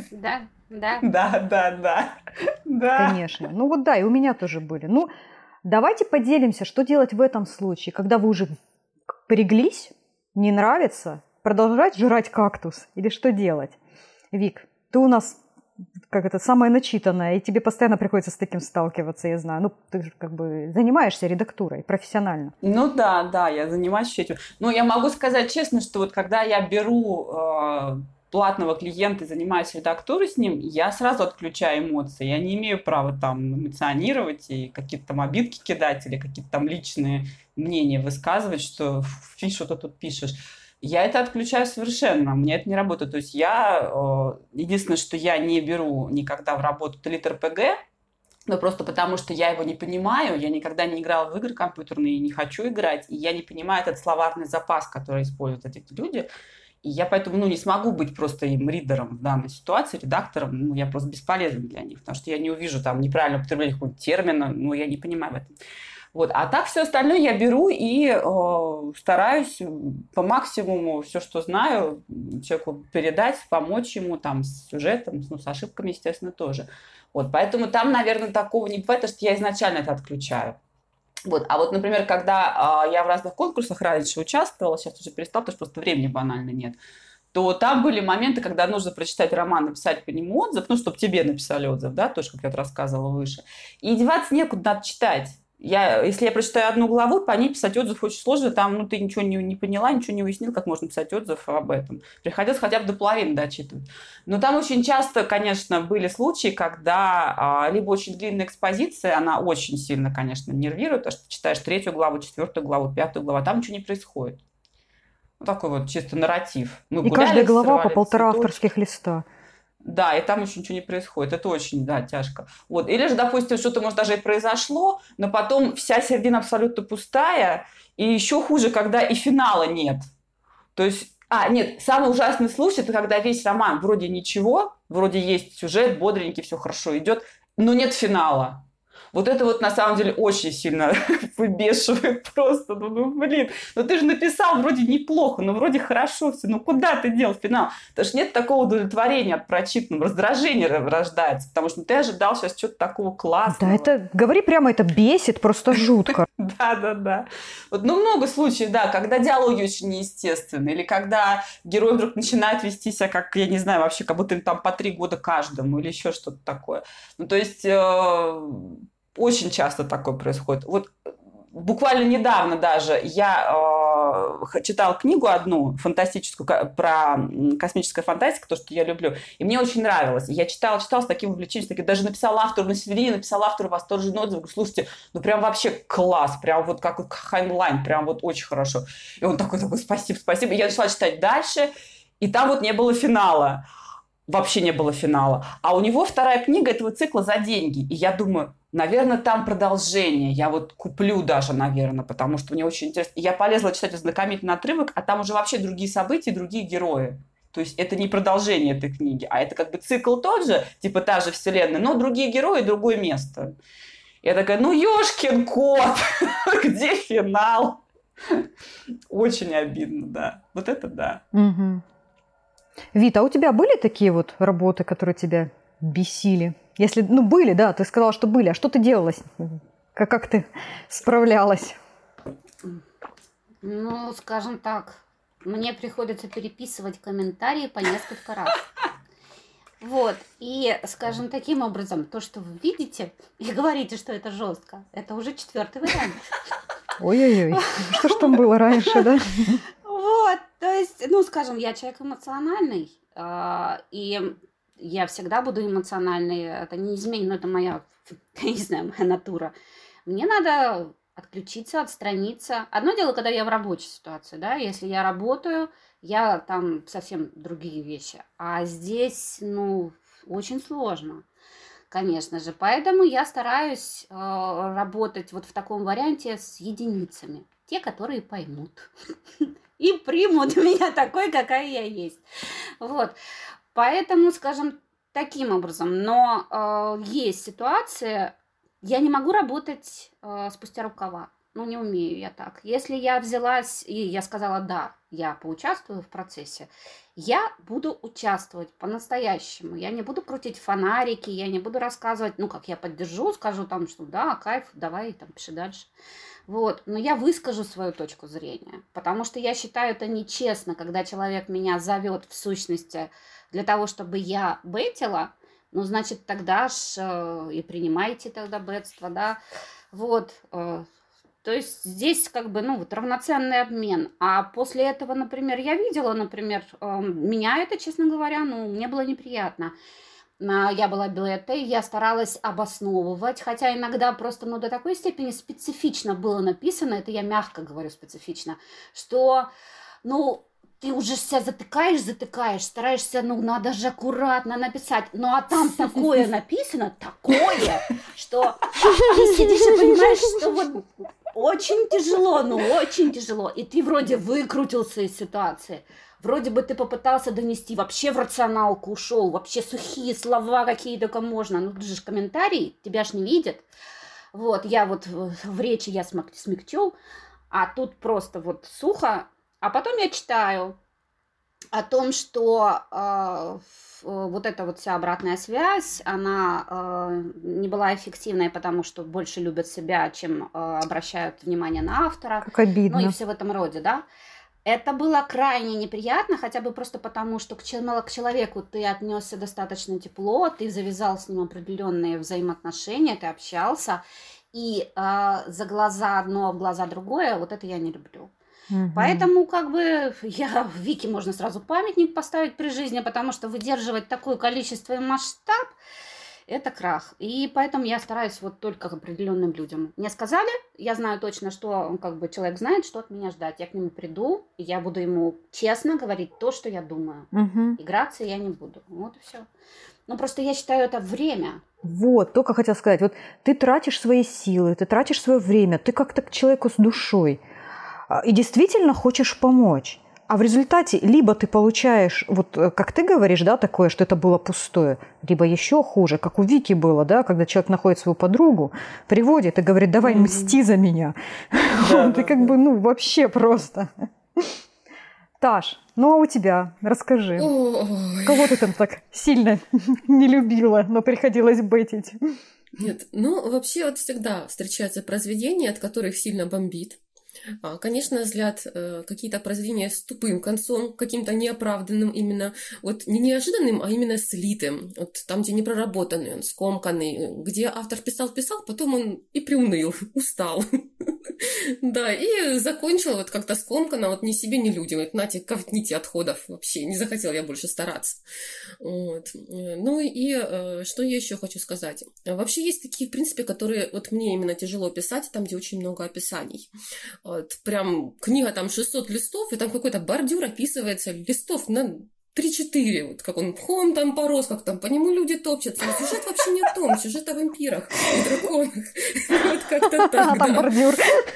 Да. Конечно. И у меня тоже были. Давайте поделимся, что делать в этом случае, когда вы уже приглись, не нравится, продолжать жрать кактус или что делать? Вик, ты у нас как это, самая начитанная, и тебе постоянно приходится с таким сталкиваться, я знаю. Ну, ты же как бы занимаешься редактурой профессионально. Ну да, я занимаюсь этим. Но я могу сказать честно, что вот когда я беру платного клиента и занимаюсь редактурой с ним, я сразу отключаю эмоции. Я не имею права там эмоционировать и какие-то там обидки кидать или какие-то там личные мнения высказывать, что фи, что ты тут пишешь. Я это отключаю совершенно, мне это не работает. То есть единственное, что я не беру никогда в работу литр ПГ, но просто потому, что я его не понимаю, я никогда не играла в игры компьютерные и не хочу играть, и я не понимаю этот словарный запас, который используют эти люди. И я поэтому не смогу быть просто им ридером в данной ситуации, редактором. Я просто бесполезен для них, потому что я не увижу там неправильно употребления какого-то термина, я не понимаю в этом. Вот. А так все остальное я беру и стараюсь по максимуму все, что знаю, человеку передать, помочь ему там с сюжетом, с ошибками, естественно, тоже. Вот. Поэтому там, наверное, такого не бывает, потому что я изначально это отключаю. Вот. А вот, например, когда я в разных конкурсах раньше участвовала, сейчас уже перестала, потому что просто времени банально нет, то там были моменты, когда нужно прочитать роман, написать по нему отзыв, чтобы тебе написали отзыв, да, тоже, как я рассказывала выше. И деваться некуда, надо читать. Если я прочитаю одну главу, по ней писать отзыв очень сложно, там ты ничего не поняла, ничего не уяснил, как можно писать отзыв об этом. Приходилось хотя бы до половины дочитывать. Но там очень часто, конечно, были случаи, когда либо очень длинная экспозиция, она очень сильно, конечно, нервирует, потому что ты читаешь 3 главу, 4 главу, 5 главу, а там ничего не происходит. Такой вот чисто нарратив. И каждая глава по 1,5 авторских листа. Да, и там еще ничего не происходит. Это очень, тяжко. Вот. Или же, допустим, что-то, может, даже и произошло, но потом вся середина абсолютно пустая, и еще хуже, когда и финала нет. То есть, нет, самый ужасный случай, это когда весь роман вроде ничего, вроде есть сюжет, бодренький, все хорошо идет, но нет финала. Вот это вот на самом деле очень сильно выбешивает просто. Ты же написал вроде неплохо, вроде хорошо все. Куда ты дел финал? Потому что нет такого удовлетворения от прочитанного, раздражение рождается, потому что ты ожидал сейчас что-то такого классного. Да, говори прямо, это бесит просто жутко. Да. Вот, много случаев, когда диалоги очень неестественные, или когда герой вдруг начинает вести себя, как, я не знаю, вообще, как будто им там по 3 года каждому, или еще что-то такое. То есть очень часто такое происходит. Вот буквально недавно даже я читала книгу одну фантастическую про космическую фантастику, то, что я люблю, и мне очень нравилось. Я читала с таким увлечением, даже написала автору на середине, написала автору восторженный отзыв, говорю, слушайте, прям вообще класс, прям вот как Хайнлайн, прям вот очень хорошо. И он такой, спасибо. И я начала читать дальше, и там вот не было финала. Вообще не было финала. А у него 2 книга этого цикла за деньги. И я думаю, наверное, там продолжение. Я вот куплю даже, наверное, потому что мне очень интересно. И я полезла читать ознакомительный отрывок, а там уже вообще другие события, другие герои. То есть это не продолжение этой книги, а это как бы цикл тот же, типа та же вселенная, но другие герои, другое место. Я такая, ёшкин кот, где финал? Очень обидно, да. Вот это да. Угу. Вита, а у тебя были такие вот работы, которые тебя бесили? Если, были, да, ты сказала, что были. А что ты делала? Как ты справлялась? Скажем так, мне приходится переписывать комментарии по несколько раз. Вот, и, скажем, таким образом, то, что вы видите, и говорите, что это жестко, это уже 4-й вариант. Ой-ой-ой, что ж там было раньше, да? Вот, то есть, скажем, я человек эмоциональный, и я всегда буду эмоциональной, это неизменно, это моя, я не знаю, моя натура. Мне надо отключиться, отстраниться. Одно дело, когда я в рабочей ситуации, да, если я работаю, я там совсем другие вещи. А здесь, очень сложно, конечно же. Поэтому я стараюсь работать вот в таком варианте с единицами. Те, которые поймут и примут меня такой, какая я есть. Вот. Поэтому, скажем, таким образом. Но есть ситуация, я не могу работать спустя рукава. Не умею я так. Если я взялась и я сказала, да, я поучаствую в процессе, я буду участвовать по-настоящему. Я не буду крутить фонарики, я не буду рассказывать, как я поддержу, скажу там, что да, кайф, давай, там, пиши дальше. Вот. Но я выскажу свою точку зрения, потому что я считаю это нечестно, когда человек меня зовет в сущности для того, чтобы я бейтила, Ну, значит, тогда ж и принимайте тогда бедство, да. Вот. То есть здесь как бы, ну, вот равноценный обмен. А после этого, например, я видела, например, меня это, честно говоря, ну, мне было неприятно. Я была бетой, я старалась обосновывать, хотя иногда просто, ну, до такой степени специфично было написано, это я мягко говорю специфично, что, ну, ты уже себя затыкаешь, стараешься, ну, надо же аккуратно написать. Ну, а там такое написано, такое, что ты сидишь и понимаешь, что вот очень тяжело, ну, очень тяжело. И ты вроде выкрутился из ситуации. Вроде бы ты попытался донести, вообще в рационалку ушел, вообще сухие слова какие только можно. Ну, ты же комментарий, тебя ж не видят. Вот, я вот в речи я смягчил, а тут просто вот сухо. А потом я читаю о том, что вот эта вот вся обратная связь, она не была эффективной, потому что больше любят себя, чем обращают внимание на автора. Как обидно. Ну и все в этом роде, да. Это было крайне неприятно, хотя бы просто потому, что к человеку ты отнесся достаточно тепло, ты завязал с ним определенные взаимоотношения, ты общался, и за глаза одно, в глаза другое, вот это я не люблю. Поэтому как бы Вике можно сразу памятник поставить при жизни, потому что выдерживать такое количество и масштаб – это крах. И поэтому я стараюсь вот только к определенным людям. Мне сказали, я знаю точно, что как бы человек знает, что от меня ждать. Я к нему приду, и я буду ему честно говорить то, что я думаю. Играться я не буду. Вот и все. Ну просто я считаю, это время. Вот, только хотела сказать, вот ты тратишь свои силы, ты тратишь свое время, ты как-то к человеку с душой. И действительно хочешь помочь. А в результате либо ты получаешь, вот как ты говоришь, да, такое, что это было пустое, либо еще хуже, как у Вики было, да, когда человек находит свою подругу, приводит и говорит, давай мсти за меня. Ты как бы, ну, вообще просто. Таш, ну а у тебя? Расскажи. Кого ты там так сильно не любила, но приходилось бетить? Нет, ну вообще вот всегда встречаются произведения, от которых сильно бомбит. Конечно, взгляд, какие-то произведения с тупым концом, каким-то неоправданным именно, вот не неожиданным, а именно слитым, вот там, где не проработанный, он скомканный, где автор писал, потом он и приуныл, устал. Да, и закончил вот как-то скомканно, вот ни себе, ни людям, вот нате, ковтните отходов вообще, не захотела я больше стараться. Вот. Ну и что я еще хочу сказать. Вообще есть такие, в принципе, которые вот мне именно тяжело писать, там, где очень много описаний. Вот, прям книга там 600 листов, и там какой-то бордюр описывается, листов на 3-4, вот как он мхом там порос, как там по нему люди топчутся. А сюжет вообще не о том, сюжет о вампирах и драконах. Вот как-то так, там бордюр.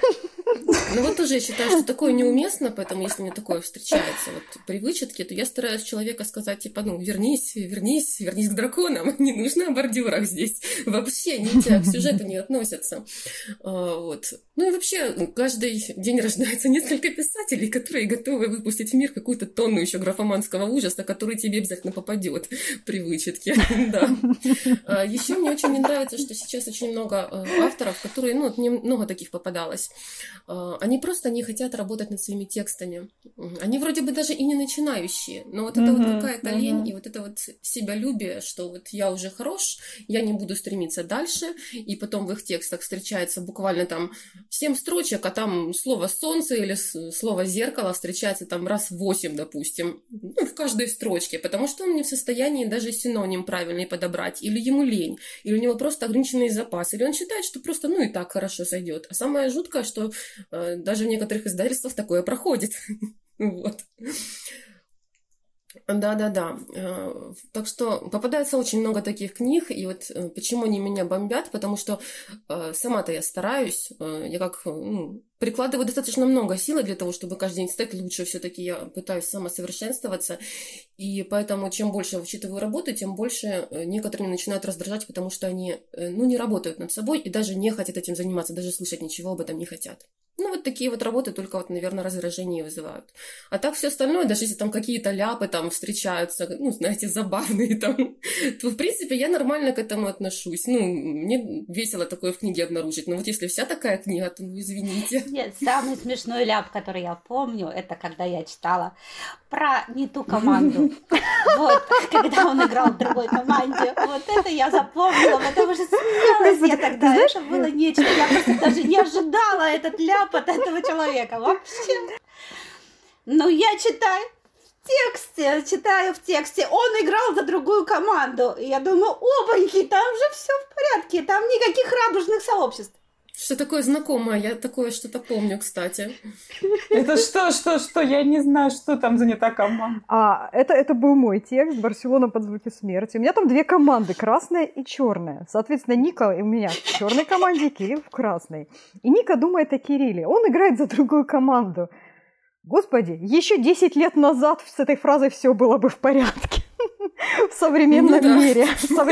Ну вот тоже я считаю, что такое неуместно, поэтому если мне такое встречается вот при вычетке, то я стараюсь человека сказать, типа, ну, вернись к драконам, не нужно о бордюрах здесь, вообще не к сюжету не относятся. Вот. Ну и вообще, каждый день рождается несколько писателей, которые готовы выпустить в мир какую-то тонну еще графоманского ужаса, который тебе обязательно попадет при вычетке. Да. Еще мне очень не нравится, что сейчас очень много авторов, которые, ну, мне много таких попадалось. Они просто не хотят работать над своими текстами. Они вроде бы даже и не начинающие, но вот это вот какая-то лень и вот это вот себялюбие, что вот я уже хорош, я не буду стремиться дальше, и потом в их текстах встречается буквально там 7 строчек, а там слово «солнце» или слово «зеркало» встречается там раз 8, допустим, ну, в каждой строчке, потому что он не в состоянии даже синоним правильный подобрать, или ему лень, или у него просто ограниченный запас, или он считает, что просто, ну, и так хорошо сойдет. А самое жуткое, что даже в некоторых издательствах такое проходит. Вот. Да. Так что попадается очень много таких книг, и вот почему они меня бомбят, потому что сама-то я стараюсь, я как прикладываю достаточно много силы для того, чтобы каждый день стать лучше, все-таки я пытаюсь самосовершенствоваться, и поэтому чем больше я учитываю работу, тем больше некоторые начинают раздражать, потому что они, не работают над собой и даже не хотят этим заниматься, даже слышать ничего об этом не хотят. Ну, вот такие вот работы только вот, наверное, раздражение вызывают. А так все остальное, даже если там какие-то ляпы там встречаются, ну, знаете, забавные там, то, в принципе, я нормально к этому отношусь. Ну, мне весело такое в книге обнаружить. Но вот если вся такая книга, то, ну, извините. Нет, самый смешной ляп, который я помню, это когда я читала про не ту команду. Вот, когда он играл в другой команде. Вот это я запомнила, потому что смеялась я тогда. Это было нечто. Я просто даже не ожидала этот ляп от этого человека вообще. Но я читаю в тексте, он играл за другую команду. И я думаю, опаньки, там же все в порядке, там никаких радужных сообществ. Что такое знакомое? Я такое что-то помню, кстати. Это что? Я не знаю, что там за не та команда. Это был мой текст «Барселона под звуки смерти». У меня там 2 команды, красная и черная. Соответственно, Ника у меня в черной команде, Кирилл в красной. И Ника думает о Кирилле. Он играет за другую команду. Господи, еще 10 лет назад с этой фразой все было бы в порядке. В современном мире.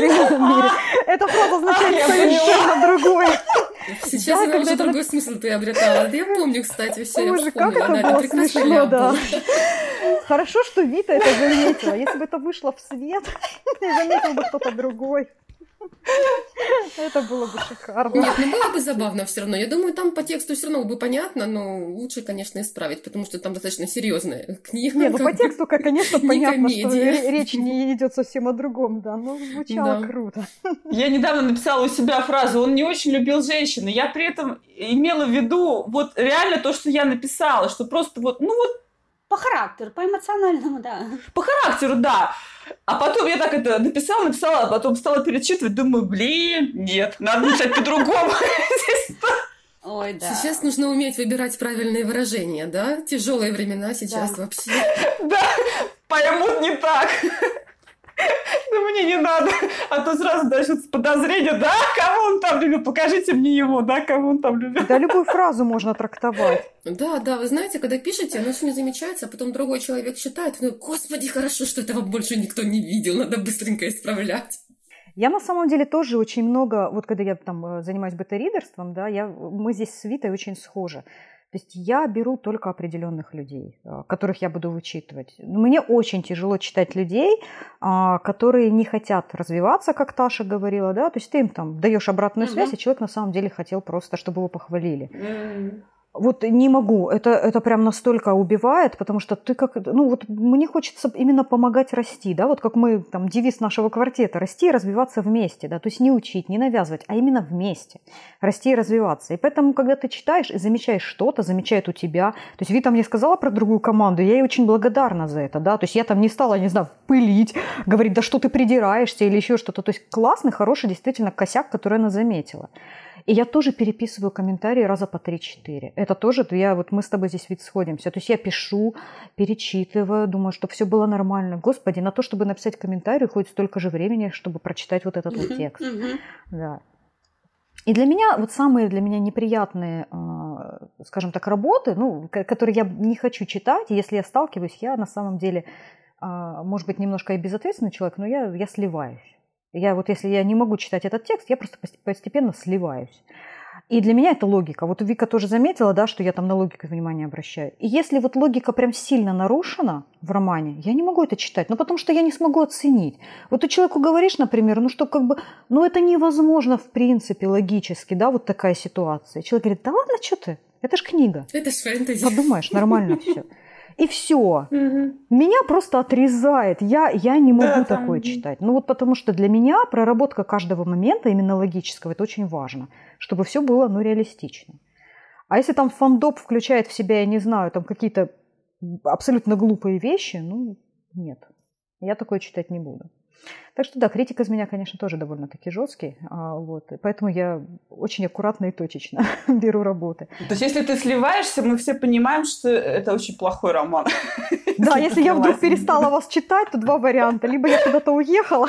Эта фраза означает совершенно другое. Сейчас она уже другой смысл приобретала. Да я помню, кстати, все, я как вспомнила. это было смешно, да. Хорошо, что Вита это заметила. Если бы это вышло в свет, заметил бы кто-то другой. Это было бы шикарно. Нет, ну было бы забавно все равно. Я думаю, там по тексту все равно бы понятно, но лучше, конечно, исправить, потому что там достаточно серьезная книга. Нет, ну по тексту, конечно, понятно, что речь не идет совсем о другом, да, но звучало круто. Я недавно написала у себя фразу: он не очень любил женщин, и я при этом имела в виду вот реально то, что я написала, что просто вот, ну вот по характеру, по эмоциональному, да. По характеру, да. А потом я так это написала, а потом стала перечитывать, думаю, нет, надо написать по-другому. Ой, да. Сейчас нужно уметь выбирать правильные выражения, да? Тяжелые времена сейчас вообще. Да, поймут не так. Да мне не надо, а то сразу начнется подозрение, да, кого он там любил, покажите мне его, да, кого он там любил. Да, любую фразу можно трактовать. Да, вы знаете, когда пишете, оно все не замечается, а потом другой человек читает, ну, господи, хорошо, что этого больше никто не видел, надо быстренько исправлять. Я на самом деле тоже очень много, вот когда я там занимаюсь бета-ридерством, да, мы здесь с Витой очень схожи. То есть я беру только определенных людей, которых я буду вычитывать. Мне очень тяжело читать людей, которые не хотят развиваться, как Таша говорила, да, то есть ты им там даешь обратную связь, и человек на самом деле хотел просто, чтобы его похвалили. Вот не могу, это прям настолько убивает, потому что ты как, ну вот мне хочется именно помогать расти, да, вот как мы, там, девиз нашего квартета, расти и развиваться вместе, да, то есть не учить, не навязывать, а именно вместе, расти и развиваться. И поэтому, когда ты читаешь и замечаешь что-то, замечает у тебя, то есть Вита мне сказала про другую команду, я ей очень благодарна за это, да, то есть я там не стала, не знаю, пылить, говорить, да что ты придираешься или еще что-то, то есть классный, хороший действительно косяк, который она заметила. И я тоже переписываю комментарии раза по 3-4. Это тоже, мы с тобой здесь ведь сходимся. То есть я пишу, перечитываю, думаю, чтобы все было нормально. Господи, на то, чтобы написать комментарий, уходит столько же времени, чтобы прочитать вот этот вот текст. Да. И для меня, вот самые для меня неприятные, скажем так, работы, ну, которые я не хочу читать, и если я сталкиваюсь, я на самом деле, может быть, немножко и безответственный человек, но я сливаюсь. Если я не могу читать этот текст, я просто постепенно сливаюсь. И для меня это логика. Вот Вика тоже заметила, да, что я там на логику внимание обращаю. И если вот логика прям сильно нарушена в романе, я не могу это читать, потому что я не смогу оценить. Вот ты человеку говоришь, например, это невозможно в принципе логически, да, вот такая ситуация. И человек говорит, да ладно, что ты, это ж книга. Это ж фэнтези. Подумаешь, нормально все. И все. Меня просто отрезает. Я не могу такое читать. Ну вот потому что для меня проработка каждого момента, именно логического, это очень важно, чтобы все было, реалистично. А если там фандоп включает в себя, я не знаю, там какие-то абсолютно глупые вещи, нет. Я такое читать не буду. Так что да, критик из меня, конечно, тоже довольно-таки жесткий, поэтому я очень аккуратно и точечно беру работы. То есть если ты сливаешься, мы все понимаем, что это очень плохой роман. Да, если я вдруг перестала вас читать, то 2 варианта. Либо я куда-то уехала,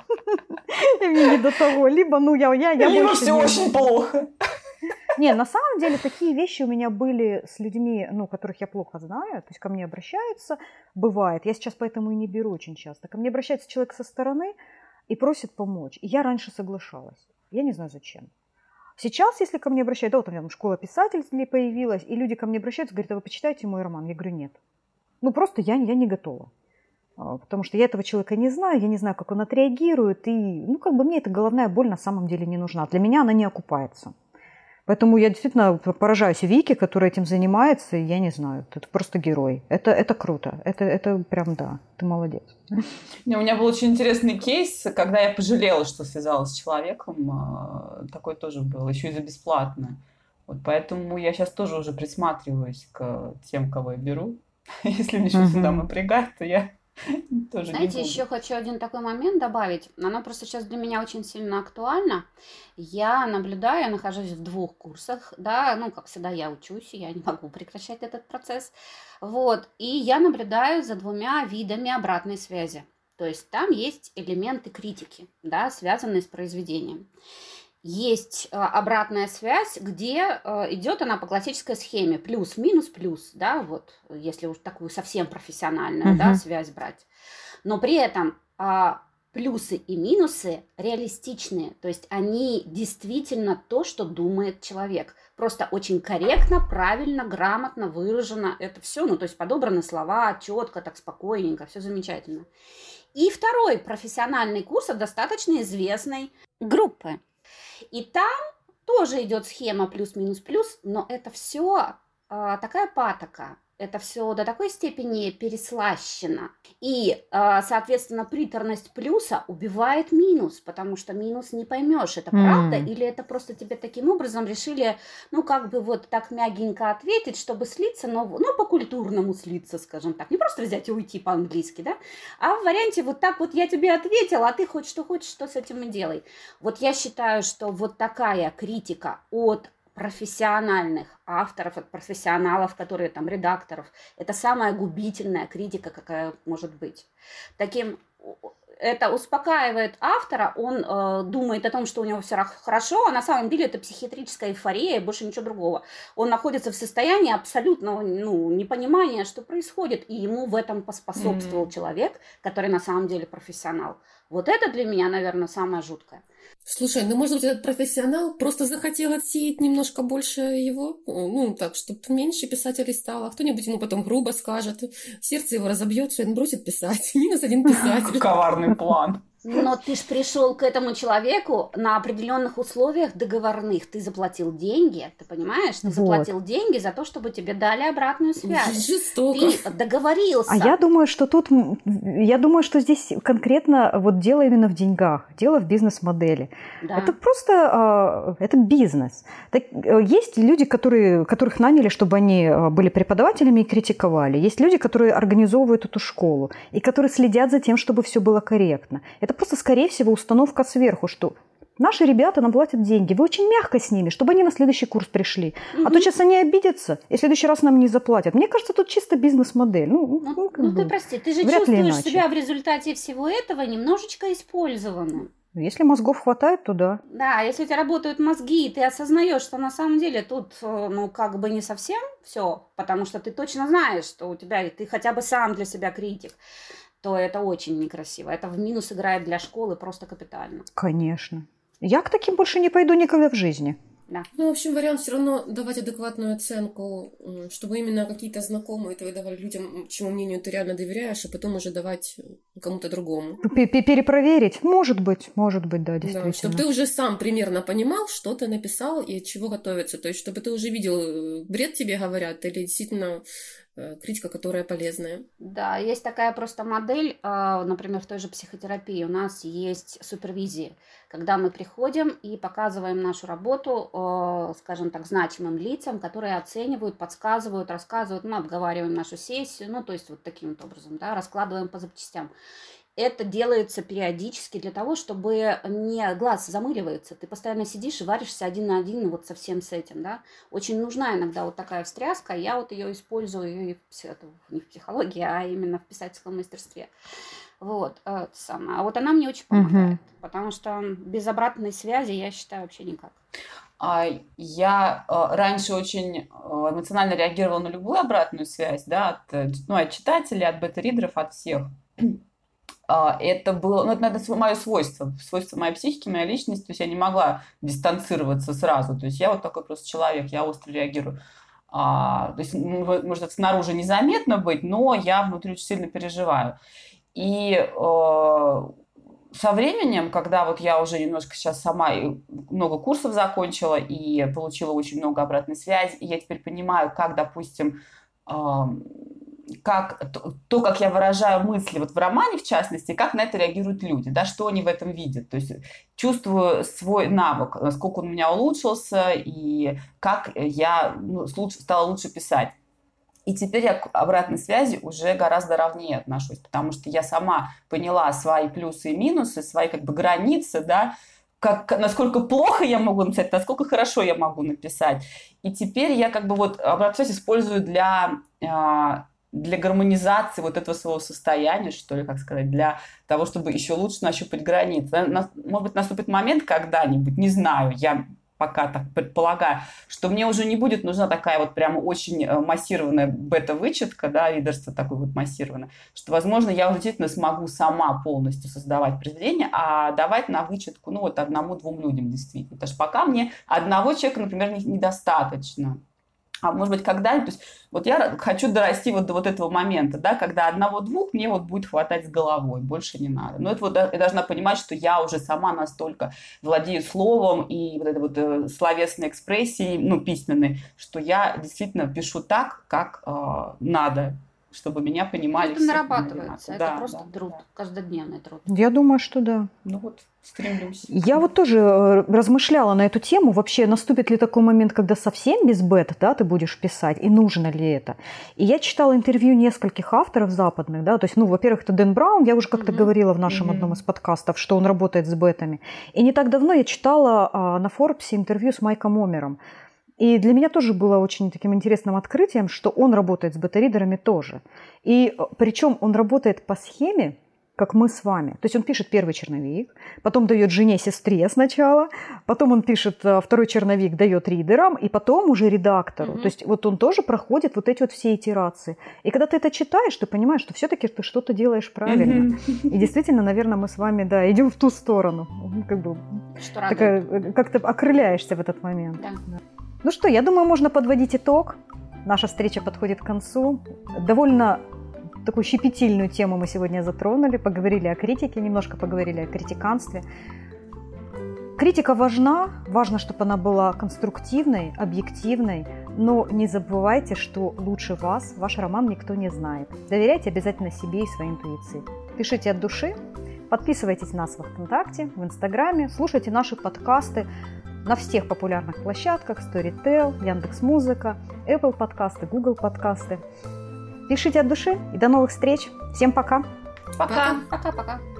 и мне не до того, либо я либо все очень плохо. Не, на самом деле такие вещи у меня были с людьми, которых я плохо знаю, то есть ко мне обращаются, бывает, я сейчас поэтому и не беру очень часто, ко мне обращается человек со стороны и просит помочь, и я раньше соглашалась, я не знаю зачем. Сейчас, если ко мне обращаются, да, вот у меня там школа писателей появилась, и люди ко мне обращаются, говорят, а вы почитайте мой роман. Я говорю, нет. Ну, просто я не готова. Потому что я этого человека не знаю, я не знаю, как он отреагирует, и, ну, как бы мне эта головная боль на самом деле не нужна. Для меня она не окупается. Поэтому я действительно поражаюсь Вике, которая этим занимается, и я не знаю, это просто герой. Это круто, это прям да, ты молодец. У меня был очень интересный кейс, когда я пожалела, что связалась с человеком, такой тоже был, еще и за бесплатно. Вот поэтому я сейчас тоже уже присматриваюсь к тем, кого я беру. Если мне что-то сюда напрягает, то я тоже Знаете, не буду. еще хочу один такой момент добавить. Оно просто сейчас для меня очень сильно актуально. Я наблюдаю, я нахожусь в 2 курсах, да, ну, как всегда, я учусь, я не могу прекращать этот процесс. Вот, и я наблюдаю за 2 видами обратной связи. То есть там есть элементы критики, да, связанные с произведением. Есть обратная связь, где идет она по классической схеме плюс, минус, плюс, да, вот, если уж такую совсем профессиональную, да, связь брать. Но при этом плюсы и минусы реалистичные, то есть они действительно то, что думает человек. Просто очень корректно, правильно, грамотно выражено это все, ну, то есть подобраны слова, четко, так спокойненько, все замечательно. И второй профессиональный курс от достаточно известной группы. И там тоже идет схема плюс-минус-плюс, но это все такая патока, это все до такой степени переслащено. И, соответственно, приторность плюса убивает минус, потому что минус не поймешь, это правда или это просто тебе таким образом решили, ну, как бы вот так мягенько ответить, чтобы слиться, но ну, по-культурному слиться, скажем так. Не просто взять и уйти по-английски, да, а в варианте вот так вот я тебе ответила, а ты хочешь, что с этим и делай. Вот я считаю, что вот такая критика от профессиональных авторов, от профессионалов, которые там редакторов, это самая губительная критика, какая может быть. Это успокаивает автора, он думает о том, что у него все хорошо, а на самом деле это психиатрическая эйфория и больше ничего другого. Он находится в состоянии абсолютного непонимания, что происходит, и ему в этом поспособствовал человек, который на самом деле профессионал. Вот это для меня, наверное, самое жуткое. Слушай, ну, может быть, этот профессионал просто захотел отсеять немножко больше его, ну, так, чтобы меньше писателей стало. Кто-нибудь ему потом грубо скажет, сердце его разобьется, и он бросит писать. -1 писатель. Коварный план. Но ты ж пришел к этому человеку на определенных условиях договорных. Ты заплатил деньги, ты понимаешь? Ты заплатил деньги за то, чтобы тебе дали обратную связь. Жестоко. Ты договорился. А я думаю, что здесь конкретно вот дело именно в деньгах, дело в бизнес-модели. Да. Это просто это бизнес. Есть люди, которых наняли, чтобы они были преподавателями и критиковали. Есть люди, которые организовывают эту школу и которые следят за тем, чтобы все было корректно. Это просто, скорее всего, установка сверху, что наши ребята нам платят деньги, вы очень мягко с ними, чтобы они на следующий курс пришли. А то сейчас они обидятся, и в следующий раз нам не заплатят. Мне кажется, тут чисто бизнес-модель. Ты прости, ты же чувствуешь себя в результате всего этого немножечко использованным. Если мозгов хватает, то да. Да, если у тебя работают мозги, и ты осознаешь, что на самом деле тут, как бы не совсем все, потому что ты точно знаешь, что у тебя, ты хотя бы сам для себя критик, то это очень некрасиво. Это в минус играет для школы просто капитально. Конечно. Я к таким больше не пойду никогда в жизни. Да. Ну, в общем, вариант все равно давать адекватную оценку, чтобы именно какие-то знакомые твои давали людям, чему мнению ты реально доверяешь, а потом уже давать кому-то другому. Перепроверить? Может быть, да, действительно. Да, чтобы ты уже сам примерно понимал, что ты написал и от чего готовиться. То есть, чтобы ты уже видел, бред тебе говорят или действительно критика, которая полезная. Да, есть такая просто модель, например, в той же психотерапии у нас есть супервизии, когда мы приходим и показываем нашу работу, скажем так, значимым лицам, которые оценивают, подсказывают, рассказывают, мы обговариваем нашу сессию, то есть вот таким вот образом, да, раскладываем по запчастям. Это делается периодически для того, чтобы не глаз замыливается. Ты постоянно сидишь и варишься один на один вот со всем с этим, да. Очень нужна иногда вот такая встряска. Я вот ее использую и не в психологии, а именно в писательском мастерстве. Вот, А вот она мне очень помогает, потому что без обратной связи, я считаю, вообще никак. Я раньше очень эмоционально реагировала на любую обратную связь, да, от читателей, от бета-ридеров, от всех. это было, ну, это, наверное, мое свойство моей психики, моей личности, то есть я не могла дистанцироваться сразу, то есть я вот такой просто человек, я остро реагирую. То есть, может, это снаружи незаметно быть, но я внутри очень сильно переживаю. И со временем, когда вот я уже немножко сейчас сама много курсов закончила и получила очень много обратной связи, и я теперь понимаю, как, допустим, как я выражаю мысли вот в романе, в частности, как на это реагируют люди, да, что они в этом видят. То есть чувствую свой навык, насколько он у меня улучшился и как я стала лучше писать. И теперь я к обратной связи уже гораздо ровнее отношусь, потому что я сама поняла свои плюсы и минусы, свои как бы границы, да, насколько плохо я могу написать, насколько хорошо я могу написать. И теперь я как бы вот обратную связь использую для гармонизации вот этого своего состояния, что ли, как сказать, для того, чтобы еще лучше нащупать границы. Может быть, наступит момент когда-нибудь, не знаю, я пока так предполагаю, что мне уже не будет нужна такая вот прямо очень массированная бета-вычетка, да, лидерство такое вот массированное, что, возможно, я уже действительно смогу сама полностью создавать произведение, а давать на вычетку, ну, вот 1-2 людям действительно. Потому что пока мне одного человека, например, недостаточно. А может быть, когда-нибудь, то есть вот я хочу дорасти вот до вот этого момента, да, когда 1-2 мне вот будет хватать с головой, больше не надо. Но это вот я должна понимать, что я уже сама настолько владею словом и вот этой вот словесной экспрессией, ну, письменной, что я действительно пишу так, как надо, чтобы меня понимали. Это нарабатывается, это просто труд, каждодневный труд. Я думаю, что да. Ну вот, стремлюсь. Я вот тоже размышляла на эту тему. Вообще, наступит ли такой момент, когда совсем без бет, да, ты будешь писать, и нужно ли это? И я читала интервью нескольких авторов западных, да, то есть, ну, во-первых, это Дэн Браун, я уже как-то говорила в нашем одном из подкастов, что он работает с бетами. И не так давно я читала на Форбсе интервью с Майком Омером. И для меня тоже было очень таким интересным открытием, что он работает с бета-ридерами тоже. И причем он работает по схеме, как мы с вами. То есть он пишет первый черновик, потом дает жене, сестре сначала, потом он пишет второй черновик, дает ридерам, и потом уже редактору. То есть вот он тоже проходит вот эти вот все итерации. И когда ты это читаешь, ты понимаешь, что все-таки ты что-то делаешь правильно. И действительно, наверное, мы с вами, да, идем в ту сторону. Как бы как-то окрыляешься в этот момент. Да. Ну что, я думаю, можно подводить итог. Наша встреча подходит к концу. Довольно такую щепетильную тему мы сегодня затронули. Поговорили о критике, немножко поговорили о критиканстве. Критика важна. Важно, чтобы она была конструктивной, объективной. Но не забывайте, что лучше вас ваш роман никто не знает. Доверяйте обязательно себе и своей интуиции. Пишите от души. Подписывайтесь на нас во ВКонтакте, в Инстаграме. Слушайте наши подкасты на всех популярных площадках: Storytel, Яндекс.Музыка, Apple подкасты, Google подкасты. Пишите от души и до новых встреч. Всем пока. Пока. Пока-пока.